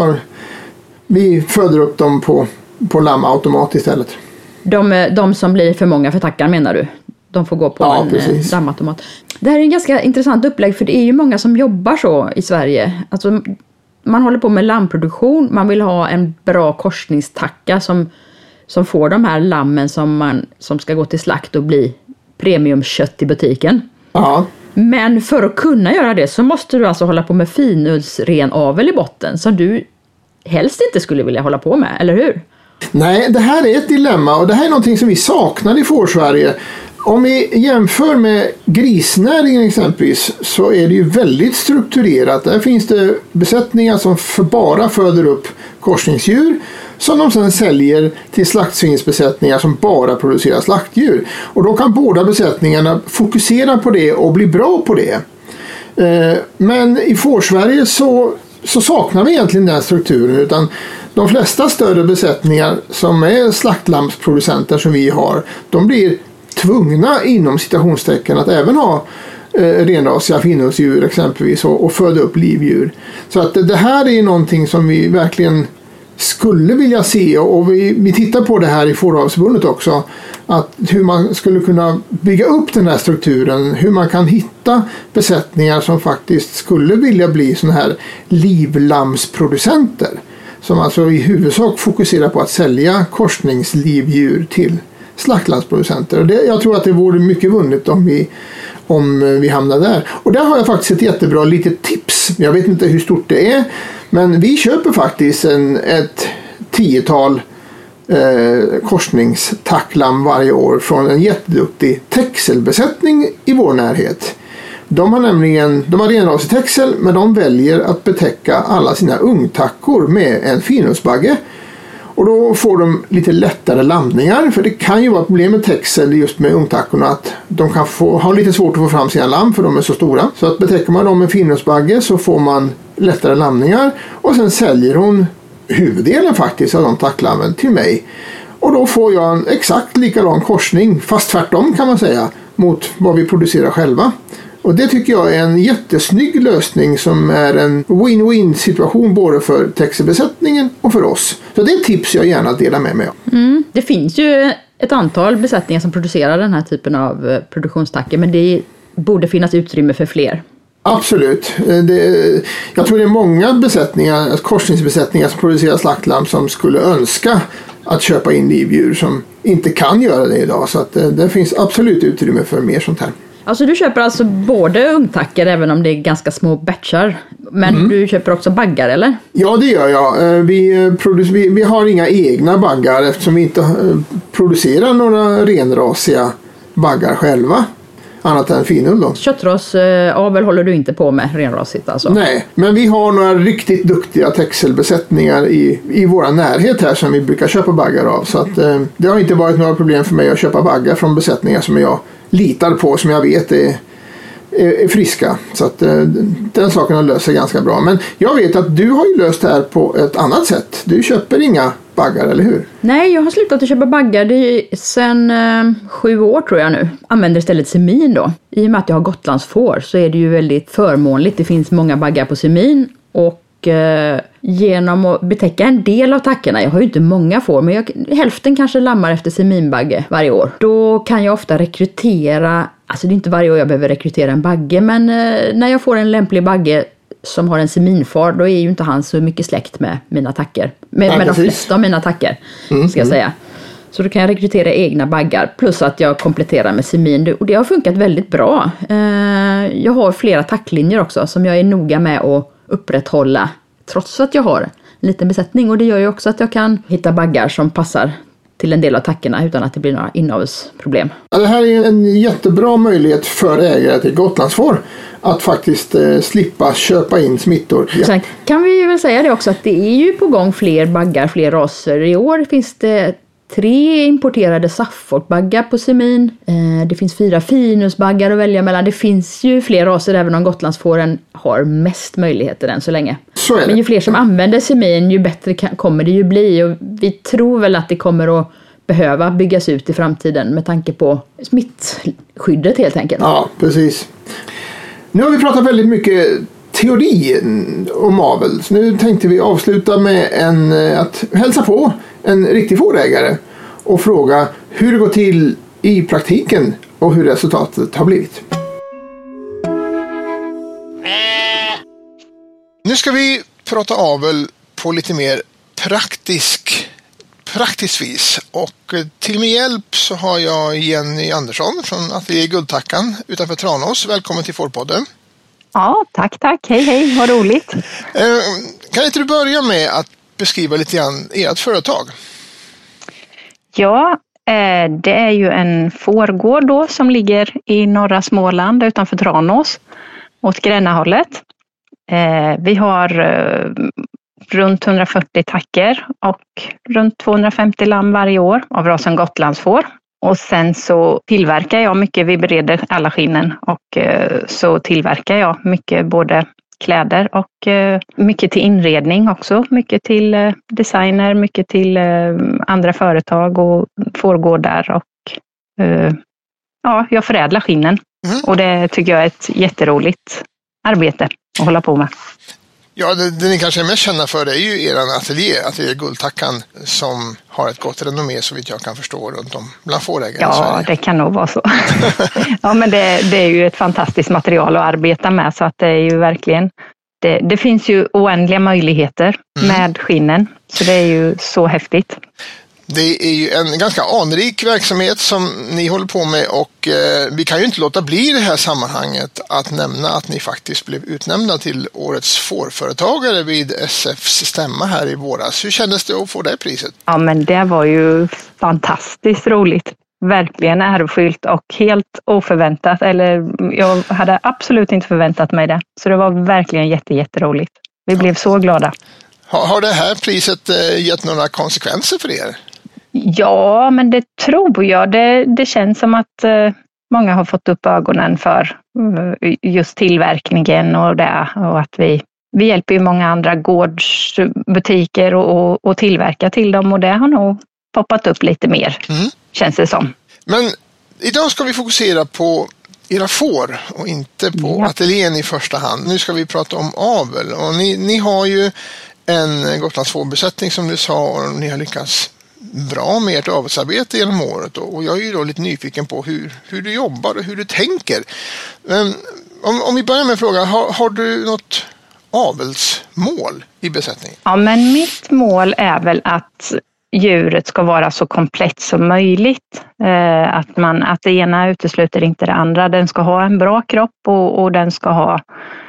vi föder upp dem på lammautomat istället. De som blir för många för tackan menar du? De får gå på en lammautomat. Det här är en ganska intressant upplägg för det är ju många som jobbar så i Sverige. Alltså, man håller på med lammproduktion, man vill ha en bra korsningstacka som får de här lammen som ska gå till slakt och bli premiumkött i butiken. Ja. Men för att kunna göra det så måste du alltså hålla på med finullsrenavel i botten som du helst inte skulle vilja hålla på med, eller hur? Nej, det här är ett dilemma och det här är någonting som vi saknar i Fårsverige. Om vi jämför med grisnäringen exempelvis så är det ju väldigt strukturerat. Där finns det besättningar som bara föder upp korsningsdjur som de sedan säljer till slaktsvinsbesättningar som bara producerar slaktdjur. Och då kan båda besättningarna fokusera på det och bli bra på det. Men i Fårsverige så saknar vi egentligen den strukturen, utan de flesta större besättningar som är slaktlammsproducenter som vi har, de blir tvungna inom citationstecken att även ha renrasiga finullsdjur exempelvis och föda upp livdjur. Så att det här är någonting som vi verkligen skulle vilja se, och vi tittar på det här i Fåravelsförbundet också, att hur man skulle kunna bygga upp den här strukturen, hur man kan hitta besättningar som faktiskt skulle vilja bli såna här livlammsproducenter som alltså i huvudsak fokuserar på att sälja korsningslivdjur till slaktlandsproducenter. Och jag tror att det vore mycket vunnet om vi hamnar där. Och där har jag faktiskt ett jättebra litet tips. Jag vet inte hur stort det är, men vi köper faktiskt ett 10-tal korsningstacklam varje år från en jätteduktig texelbesättning i vår närhet. De har renrasig texel, men de väljer att betäcka alla sina ungtackor med en finullsbagge. Och då får de lite lättare landningar, för det kan ju vara problem med texel just med ungtackorna att de kan ha lite svårt att få fram sina lamm för de är så stora. Så att betäcker man dem med finullsbagge så får man lättare landningar, och sen säljer hon huvuddelen faktiskt av de tacklammen till mig. Och då får jag en exakt likadan korsning, fast tvärtom kan man säga, mot vad vi producerar själva. Och det tycker jag är en jättesnygg lösning som är en win-win situation både för texelbesättningen och för oss. Så det är ett tips jag gärna delar med mig av. Det finns ju ett antal besättningar som producerar den här typen av produktionstacker, men det borde finnas utrymme för fler. Absolut. Jag tror det är många besättningar, korsningsbesättningar som producerar slaktlamm som skulle önska att köpa in livdjur som inte kan göra det idag. Så att det finns absolut utrymme för mer sånt här. Alltså du köper alltså både ungtacker även om det är ganska små batchar. Men du köper också baggar, eller? Ja, det gör jag. Vi har inga egna baggar eftersom vi inte producerar några renrasiga baggar själva. Annat än finull då. Köttrasavel håller du inte på med renrasigt alltså? Nej, men vi har några riktigt duktiga texelbesättningar i våra närhet här som vi brukar köpa baggar av. Så att, det har inte varit några problem för mig att köpa baggar från besättningar som jag litar på, som jag vet är friska. Så att den saken har löst sig ganska bra. Men jag vet att du har ju löst det här på ett annat sätt. Du köper inga baggar, eller hur? Nej, jag har slutat att köpa baggar. Det är sedan 7 år tror jag nu. Använder istället semin då. I och med att jag har gotlandsfår så är det ju väldigt förmånligt. Det finns många baggar på semin och genom att betäcka en del av tackorna, jag har ju inte många får, men hälften kanske lammar efter seminbagge varje år. Då kan jag ofta rekrytera, alltså det är inte varje år jag behöver rekrytera en bagge, men när jag får en lämplig bagge som har en seminfar, då är ju inte han så mycket släkt med mina tacker. Med de flesta av mina tacker, ska jag säga. Så då kan jag rekrytera egna baggar, plus att jag kompletterar med semin. Och det har funkat väldigt bra. Jag har flera tacklinjer också som jag är noga med att upprätthålla, trots att jag har en liten besättning. Och det gör ju också att jag kan hitta baggar som passar till en del av tackorna utan att det blir några inavelsproblem. Ja, det här är en jättebra möjlighet för ägare till gotlandsfår att faktiskt slippa köpa in smittor. Ja. Sen kan vi ju väl säga det också att det är ju på gång fler baggar, fler raser. I år finns det 3 importerade Saffolkbaggar på semin. Det finns 4 finusbaggar att välja mellan. Det finns ju fler raser även om gotlandsfåren har mest möjligheter än så länge. Så är det. Men ju fler som använder semin, ju bättre kommer det ju bli. Och vi tror väl att det kommer att behöva byggas ut i framtiden med tanke på smittskyddet helt enkelt. Ja, precis. Nu har vi pratat väldigt mycket teori om avel. Så nu tänkte vi avsluta med att hälsa på en riktig fårägare och fråga hur det går till i praktiken och hur resultatet har blivit. Nu ska vi prata avel på lite mer praktiskt vis. Och till min hjälp så har jag Jenny Andersson från Ateljé Guldtackan utanför Tranås. Välkommen till Fårpodden. Ja, tack. Hej, vad roligt. Kan inte du börja med att beskriva lite grann ert företag? Ja, det är ju en fårgård då som ligger i norra Småland utanför Tranås åt Grännahållet. Vi har runt 140 tacker och runt 250 lamm varje år av rasen Gotlandsfår. Och sen så tillverkar jag mycket, vi bereder alla skinnen och så tillverkar jag mycket både kläder och mycket till inredning också. Mycket till designer, mycket till andra företag och fårgårdar och ja, jag förädlar skinnen. Och det tycker jag är ett jätteroligt arbete att hålla på med. Ja, det ni kanske är mest kända för är ju er ateljé Guldtackan som har ett gott renommé så vitt jag kan förstå runt om bland fårägare i Sverige. Ja, det kan nog vara så. Ja, men det är ju ett fantastiskt material att arbeta med så att det är ju verkligen, det finns ju oändliga möjligheter med skinnen så det är ju så häftigt. Det är ju en ganska anrik verksamhet som ni håller på med och vi kan ju inte låta bli det här sammanhanget att nämna att ni faktiskt blev utnämnda till årets fårföretagare vid SFs stämma här i våras. Hur kändes det att få det priset? Ja, men det var ju fantastiskt roligt. Verkligen ärofyllt och helt oförväntat. Eller jag hade absolut inte förväntat mig det. Så det var verkligen jätteroligt. Vi blev så glada. Har det här priset gett några konsekvenser för er? Ja, men det tror jag. Det känns som att många har fått upp ögonen för just tillverkningen och det. Och att vi hjälper ju många andra gårdsbutiker och tillverka till dem. Och det har nog poppat upp lite mer, känns det som. Men idag ska vi fokusera på era får och inte på ateljén i första hand. Nu ska vi prata om avel. Och ni har ju en Gotlandsfårbesättning som du sa och ni har lyckats bra med ert avelsarbete genom året och jag är ju då lite nyfiken på hur du jobbar och hur du tänker. Om vi börjar med frågan, har du något avelsmål i besättningen? Ja, men mitt mål är väl att djuret ska vara så komplett som möjligt. Att det ena utesluter inte det andra. Den ska ha en bra kropp och den ska ha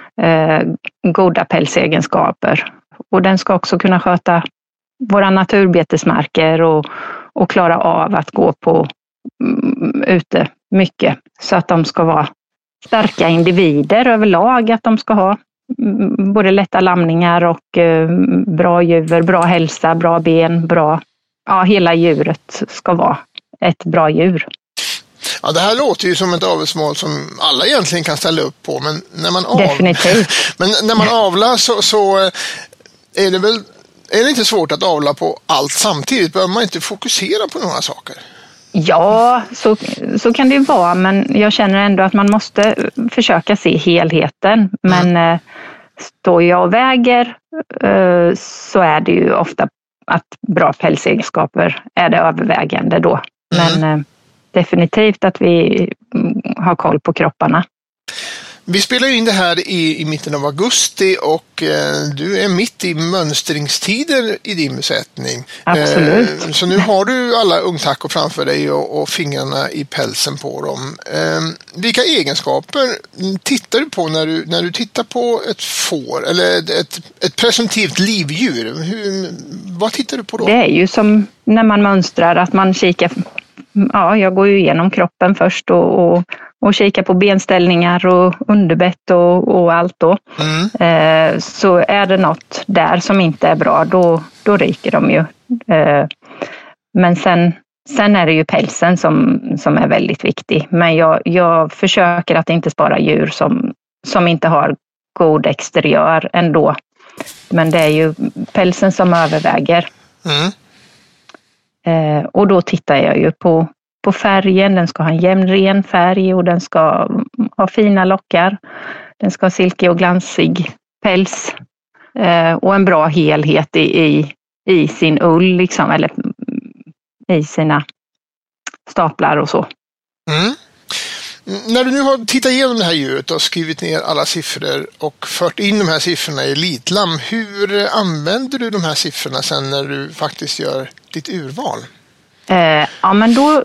goda pälsegenskaper. Och den ska också kunna sköta våra naturbetesmarker och klara av att gå på ute mycket. Så att de ska vara starka individer överlag. Att de ska ha både lätta lamningar och bra djur, bra hälsa, bra ben, hela djuret ska vara ett bra djur. Ja, det här låter ju som ett avelsmål som alla egentligen kan ställa upp på. Men när man definitivt. Men när man avlar så är det väl inte svårt att avla på allt samtidigt. Behöver man inte fokusera på några saker? Ja, så kan det ju vara. Men jag känner ändå att man måste försöka se helheten. Men står jag och väger så är det ju ofta att bra pälsegenskaper är det övervägande då. Men definitivt att vi har koll på kropparna. Vi spelar in det här i mitten av augusti och du är mitt i mönstringstider i din besättning. Absolut. Så nu har du alla ungtackor framför dig och fingrarna i pälsen på dem. Vilka egenskaper tittar du på när du tittar på ett får eller ett presumtivt livdjur? Vad tittar du på då? Det är ju som när man mönstrar att man kikar. Ja, jag går ju igenom kroppen först och kikar på benställningar och underbett och allt då. Så är det något där som inte är bra, då ryker de ju. Men sen är det ju pälsen som är väldigt viktig. Men jag försöker att inte spara djur som inte har god exteriör ändå. Men det är ju pälsen som överväger. Och då tittar jag ju på färgen. Den ska ha en jämn ren färg och den ska ha fina lockar. Den ska ha silke och glansig päls och en bra helhet i sin ull liksom, eller i sina staplar och så. Mm. När du nu har tittat igenom det här djuret och skrivit ner alla siffror och fört in de här siffrorna i Elitlam, hur använder du de här siffrorna sen när du faktiskt gör ditt urval? Ja, men då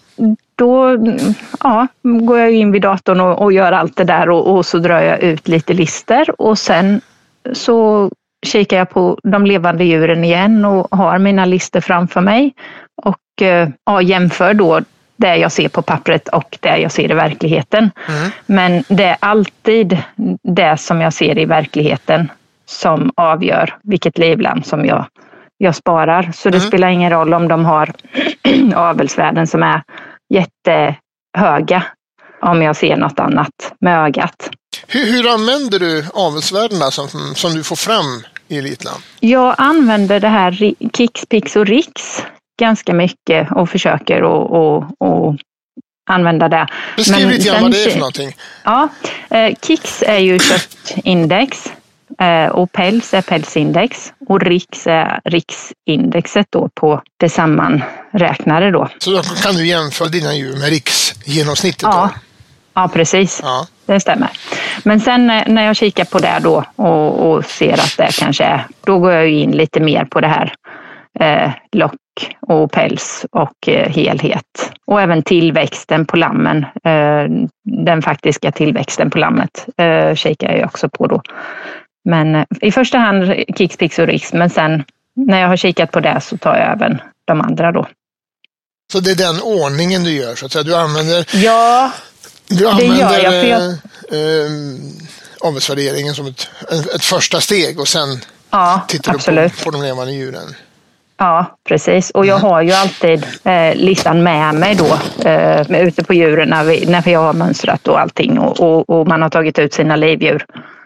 går jag in vid datorn och gör allt det där och så drar jag ut lite lister och sen så kikar jag på de levande djuren igen och har mina lister framför mig och jämför då det jag ser på pappret och det jag ser i verkligheten. Mm. Men det är alltid det som jag ser i verkligheten som avgör vilket livlam som jag sparar. Så det spelar ingen roll om de har avelsvärden som är jättehöga om jag ser något annat med ögat. Hur använder du avelsvärdena som du får fram i Elitlam? Jag använder det här Kix, Pix och Rix ganska mycket och försöker och använda det. Beskriv lite grann vad det är för någonting. Ja, Kix är ju köttindex och päls är pälsindex och Rix är riksindexet då på det sammanräknade då. Så då kan du jämföra dina djur med riksgenomsnittet då? Ja, precis. Ja. Det stämmer. Men sen när jag kikar på det då och ser att det kanske är, då går jag in lite mer på det här lock och päls och helhet. Och även tillväxten på lammen, den faktiska tillväxten på lammet kikar jag också på då. Men i första hand Kix, Pix och Rix, men sen när jag har kikat på det så tar jag även de andra då. Så det är den ordningen du gör så att säga, du använder... Ja, det gör jag. För jag... avelsvärderingen som ett första steg och sen tittar du på de levande djuren. Ja, precis. Och jag har ju alltid listan med mig då ute på djuren när jag har mönstrat och allting och man har tagit ut sina livdjur.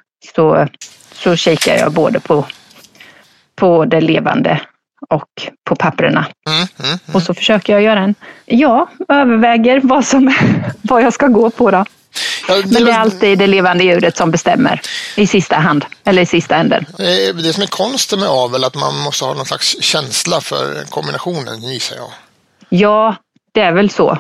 Så kikar jag både på det levande och på papperna. Och så försöker jag göra överväger vad jag ska gå på då. Men det är alltid det levande djuret som bestämmer i sista hand, eller i sista änden. Det som är konsten med avel att man måste ha någon slags känsla för kombinationen, gissar jag. Ja, det är väl så.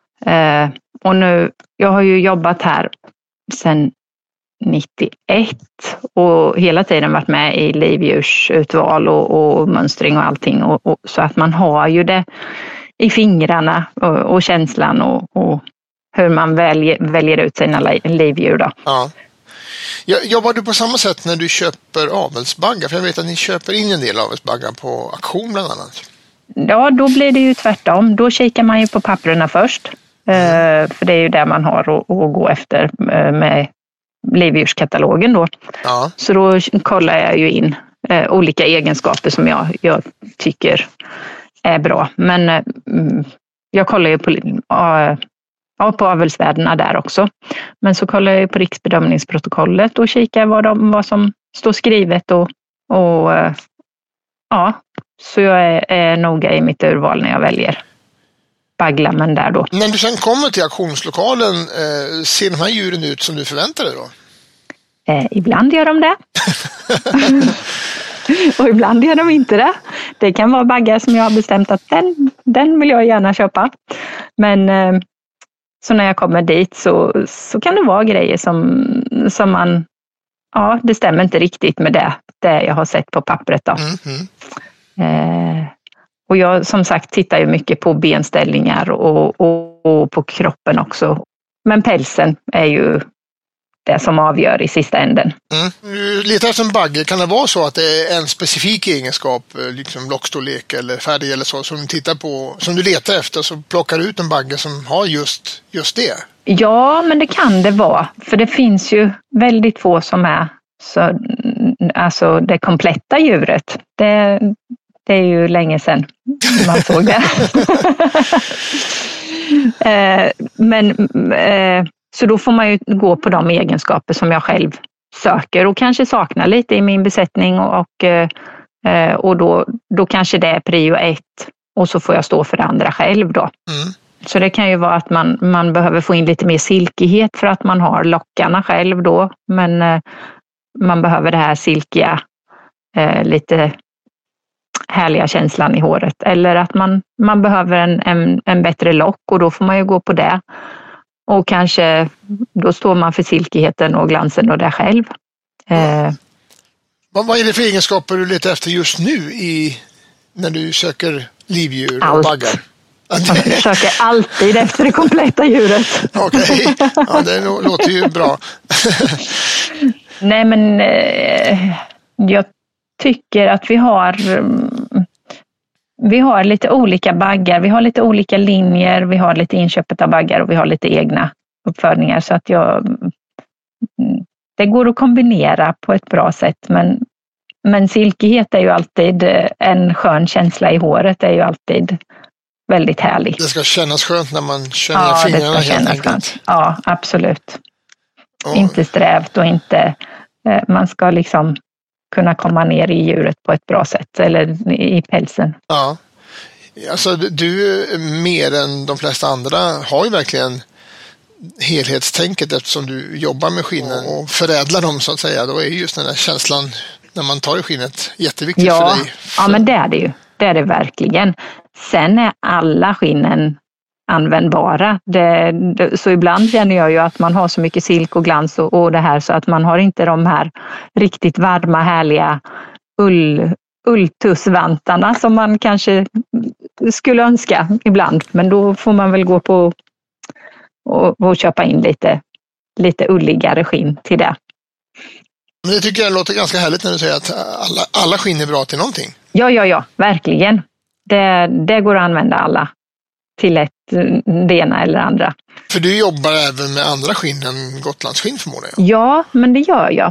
Och nu, jag har ju jobbat här sedan 91 och hela tiden varit med i livdjursutval och mönstring och allting. Och så att man har ju det i fingrarna och känslan och hur man väljer ut sina livdjur då. Ja. Jobbar du på samma sätt när du köper avelsbaggar? För jag vet att ni köper in en del avelsbaggar på auktion bland annat. Ja, då blir det ju tvärtom. Då kikar man ju på papperna först. För det är ju där man har att gå efter med livdjurskatalogen då. Ja. Så då kollar jag ju in olika egenskaper som jag tycker är bra. Men jag kollar ju på avelsvärdena där också. Men så kollar jag på riksbedömningsprotokollet och kikar vad som står skrivet och så jag är noga i mitt urval när jag väljer bagglammen där då. När du sen kommer till auktionslokalen, ser de här djuren ut som du förväntade då? Ibland gör de det. Och ibland gör de inte det. Det kan vara baggar som jag har bestämt att den vill jag gärna köpa. Men så när jag kommer dit så kan det vara grejer som man, det stämmer inte riktigt med det jag har sett på pappret då. Och jag som sagt tittar ju mycket på benställningar och på kroppen också. Men pälsen är ju det som avgör i sista änden. Du letar efter en bagge. Kan det vara så att det är en specifik egenskap, liksom lockstorlek eller färg eller så, som du tittar på, som du letar efter, så plockar du ut en bagge som har just det? Ja, men det kan det vara. För det finns ju väldigt få som är alltså det kompletta djuret. Det är ju länge sedan man såg det. Så då får man ju gå på de egenskaper som jag själv söker och kanske saknar lite i min besättning och då kanske det är prio 1 och så får jag stå för det andra själv då. Så det kan ju vara att man behöver få in lite mer silkighet för att man har lockarna själv då. Men man behöver det här silkiga, lite härliga känslan i håret. Eller att man behöver en bättre lock och då får man ju gå på det. Och kanske då står man för silkigheten och glansen och det själv. Vad är det för egenskaper du letar efter just nu när du söker livdjur och baggar? Jag söker alltid efter det kompletta djuret. Okej, ja, det låter ju bra. Nej, men jag tycker att vi har lite olika baggar. Vi har lite olika linjer, vi har lite inköpet av baggar och vi har lite egna uppfödningar. Så att det går att kombinera på ett bra sätt. Men silkighet är ju alltid en skön känsla i håret. Det är ju alltid väldigt härligt. Det ska kännas skönt när man känner fingrarna. Det ska kännas skönt. Ja, absolut. Inte strävt och inte... Man ska liksom kunna komma ner i djuret på ett bra sätt. Eller i pälsen. Ja. Alltså du mer än de flesta andra har ju verkligen helhetstänket eftersom du jobbar med skinnen och förädlar dem så att säga. Då är just den där känslan när man tar i skinnet jätteviktigt för dig. Ja, men det är det ju. Det är det verkligen. Sen är alla skinnen användbara. Så ibland känner jag ju att man har så mycket silk och glans och det här så att man har inte de här riktigt varma, härliga ulltussvantarna som man kanske skulle önska ibland. Men då får man väl gå på och köpa in lite ulligare skinn till det. Men det tycker jag låter ganska härligt när du säger att alla skinn är bra till någonting. Ja, verkligen. Det går att använda alla till det ena eller andra. För du jobbar även med andra skinn än Gotlandsskinn förmodligen? Ja, men det gör jag.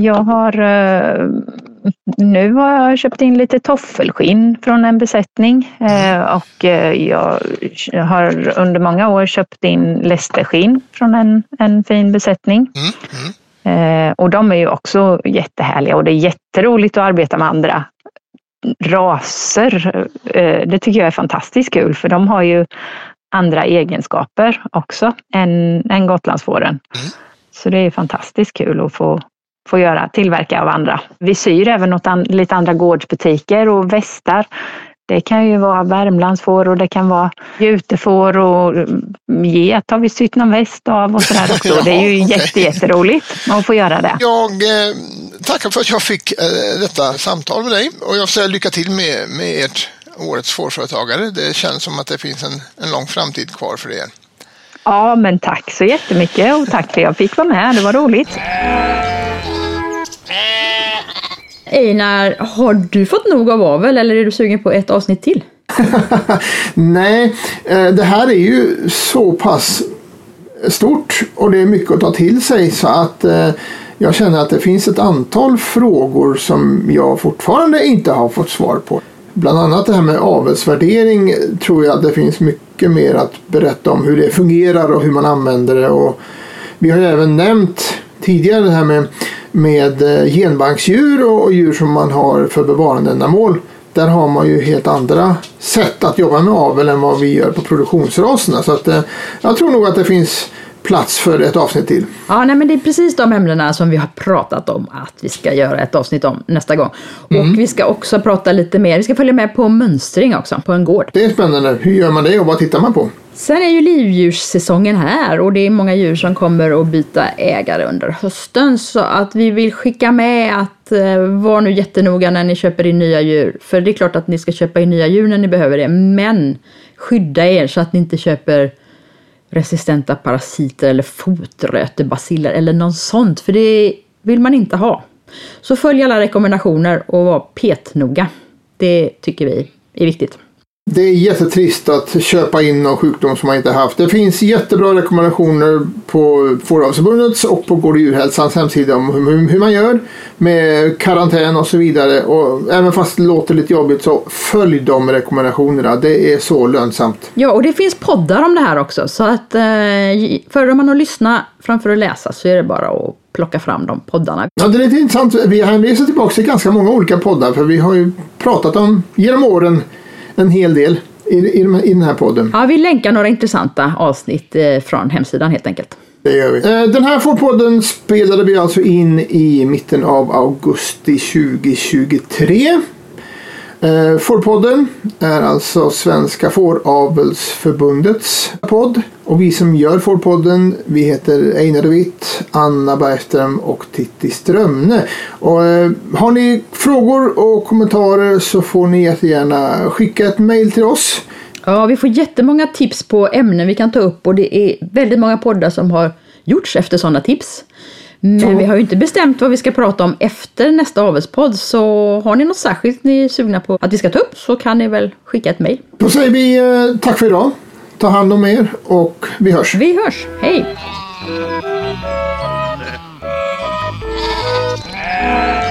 Nu har jag köpt in lite toffelskinn från en besättning och jag har under många år köpt in lästerskinn från en fin besättning. Och de är ju också jättehärliga och det är jätteroligt att arbeta med andra raser. Det tycker jag är fantastiskt kul för de har ju andra egenskaper också än Gotlandsfåren. Så det är fantastiskt kul att få tillverka av andra. Vi syr även åt lite andra gårdsbutiker och västar. Det kan ju vara Värmlandsfår och det kan vara jutefår och get har vi sytt någon väst av och sådär också. Jaha, det är ju jätteroligt att få göra det. Jag tackar för att jag fick detta samtal med dig och jag säger lycka till med ert årets fårföretagare. Det känns som att det finns en lång framtid kvar för er. Ja, men tack så jättemycket och tack för att jag fick vara med. Det var roligt. Einar, har du fått nog av avel eller är du sugen på ett avsnitt till? Nej, det här är ju så pass stort och det är mycket att ta till sig så att jag känner att det finns ett antal frågor som jag fortfarande inte har fått svar på. Bland annat det här med avelsvärdering tror jag att det finns mycket mer att berätta om hur det fungerar och hur man använder det. Och vi har ju även nämnt tidigare det här med genbanksdjur och djur som man har för bevarandeändamål. Där har man ju helt andra sätt att jobba med avel än vad vi gör på produktionsraserna. Så att jag tror nog att det finns plats för ett avsnitt till. Ja, nej, men det är precis de ämnena som vi har pratat om att vi ska göra ett avsnitt om nästa gång. Och vi ska också prata lite mer. Vi ska följa med på mönstring också på en gård. Det är spännande. Hur gör man det och vad tittar man på? Sen är ju livdjurssäsongen här och det är många djur som kommer att byta ägare under hösten. Så att vi vill skicka med att var nu jättenoga när ni köper in nya djur. För det är klart att ni ska köpa in nya djur när ni behöver det. Men skydda er så att ni inte köper resistenta parasiter eller fotrötebaciller eller något sånt. För det vill man inte ha. Så följ alla rekommendationer och var petnoga. Det tycker vi är viktigt. Det är jättetrist att köpa in någon sjukdom som man inte haft. Det finns jättebra rekommendationer på Fåravelsförbundets och på Gård- och djurhälsans hemsida om hur man gör med karantän och så vidare. Och även fast det låter lite jobbigt så följ de rekommendationerna. Det är så lönsamt. Ja, och det finns poddar om det här också. Så att föredrar man att lyssna framför att läsa så är det bara att plocka fram de poddarna. Ja, det är lite intressant. Vi har hänvisat tillbaka till ganska många olika poddar för vi har ju pratat om genom åren en hel del i den här podden. Ja, vi länkar några intressanta avsnitt från hemsidan helt enkelt. Det gör vi. Den här fårpodden spelade vi alltså in i mitten av augusti 2023. Fårpodden är alltså Svenska Fåravelsförbundets podd. Och vi som gör Fårpodden, vi heter Einar de Witt, Anna Bergström och Titti Strömne. Och har ni frågor och kommentarer så får ni jättegärna skicka ett mejl till oss. Ja, vi får jättemånga tips på ämnen vi kan ta upp och det är väldigt många poddar som har gjorts efter sådana tips. Men vi har ju inte bestämt vad vi ska prata om efter nästa avelspodd, så har ni något särskilt ni är sugna på att vi ska ta upp så kan ni väl skicka ett mejl. Då säger vi tack för idag. Ta hand om er och vi hörs. Vi hörs. Hej!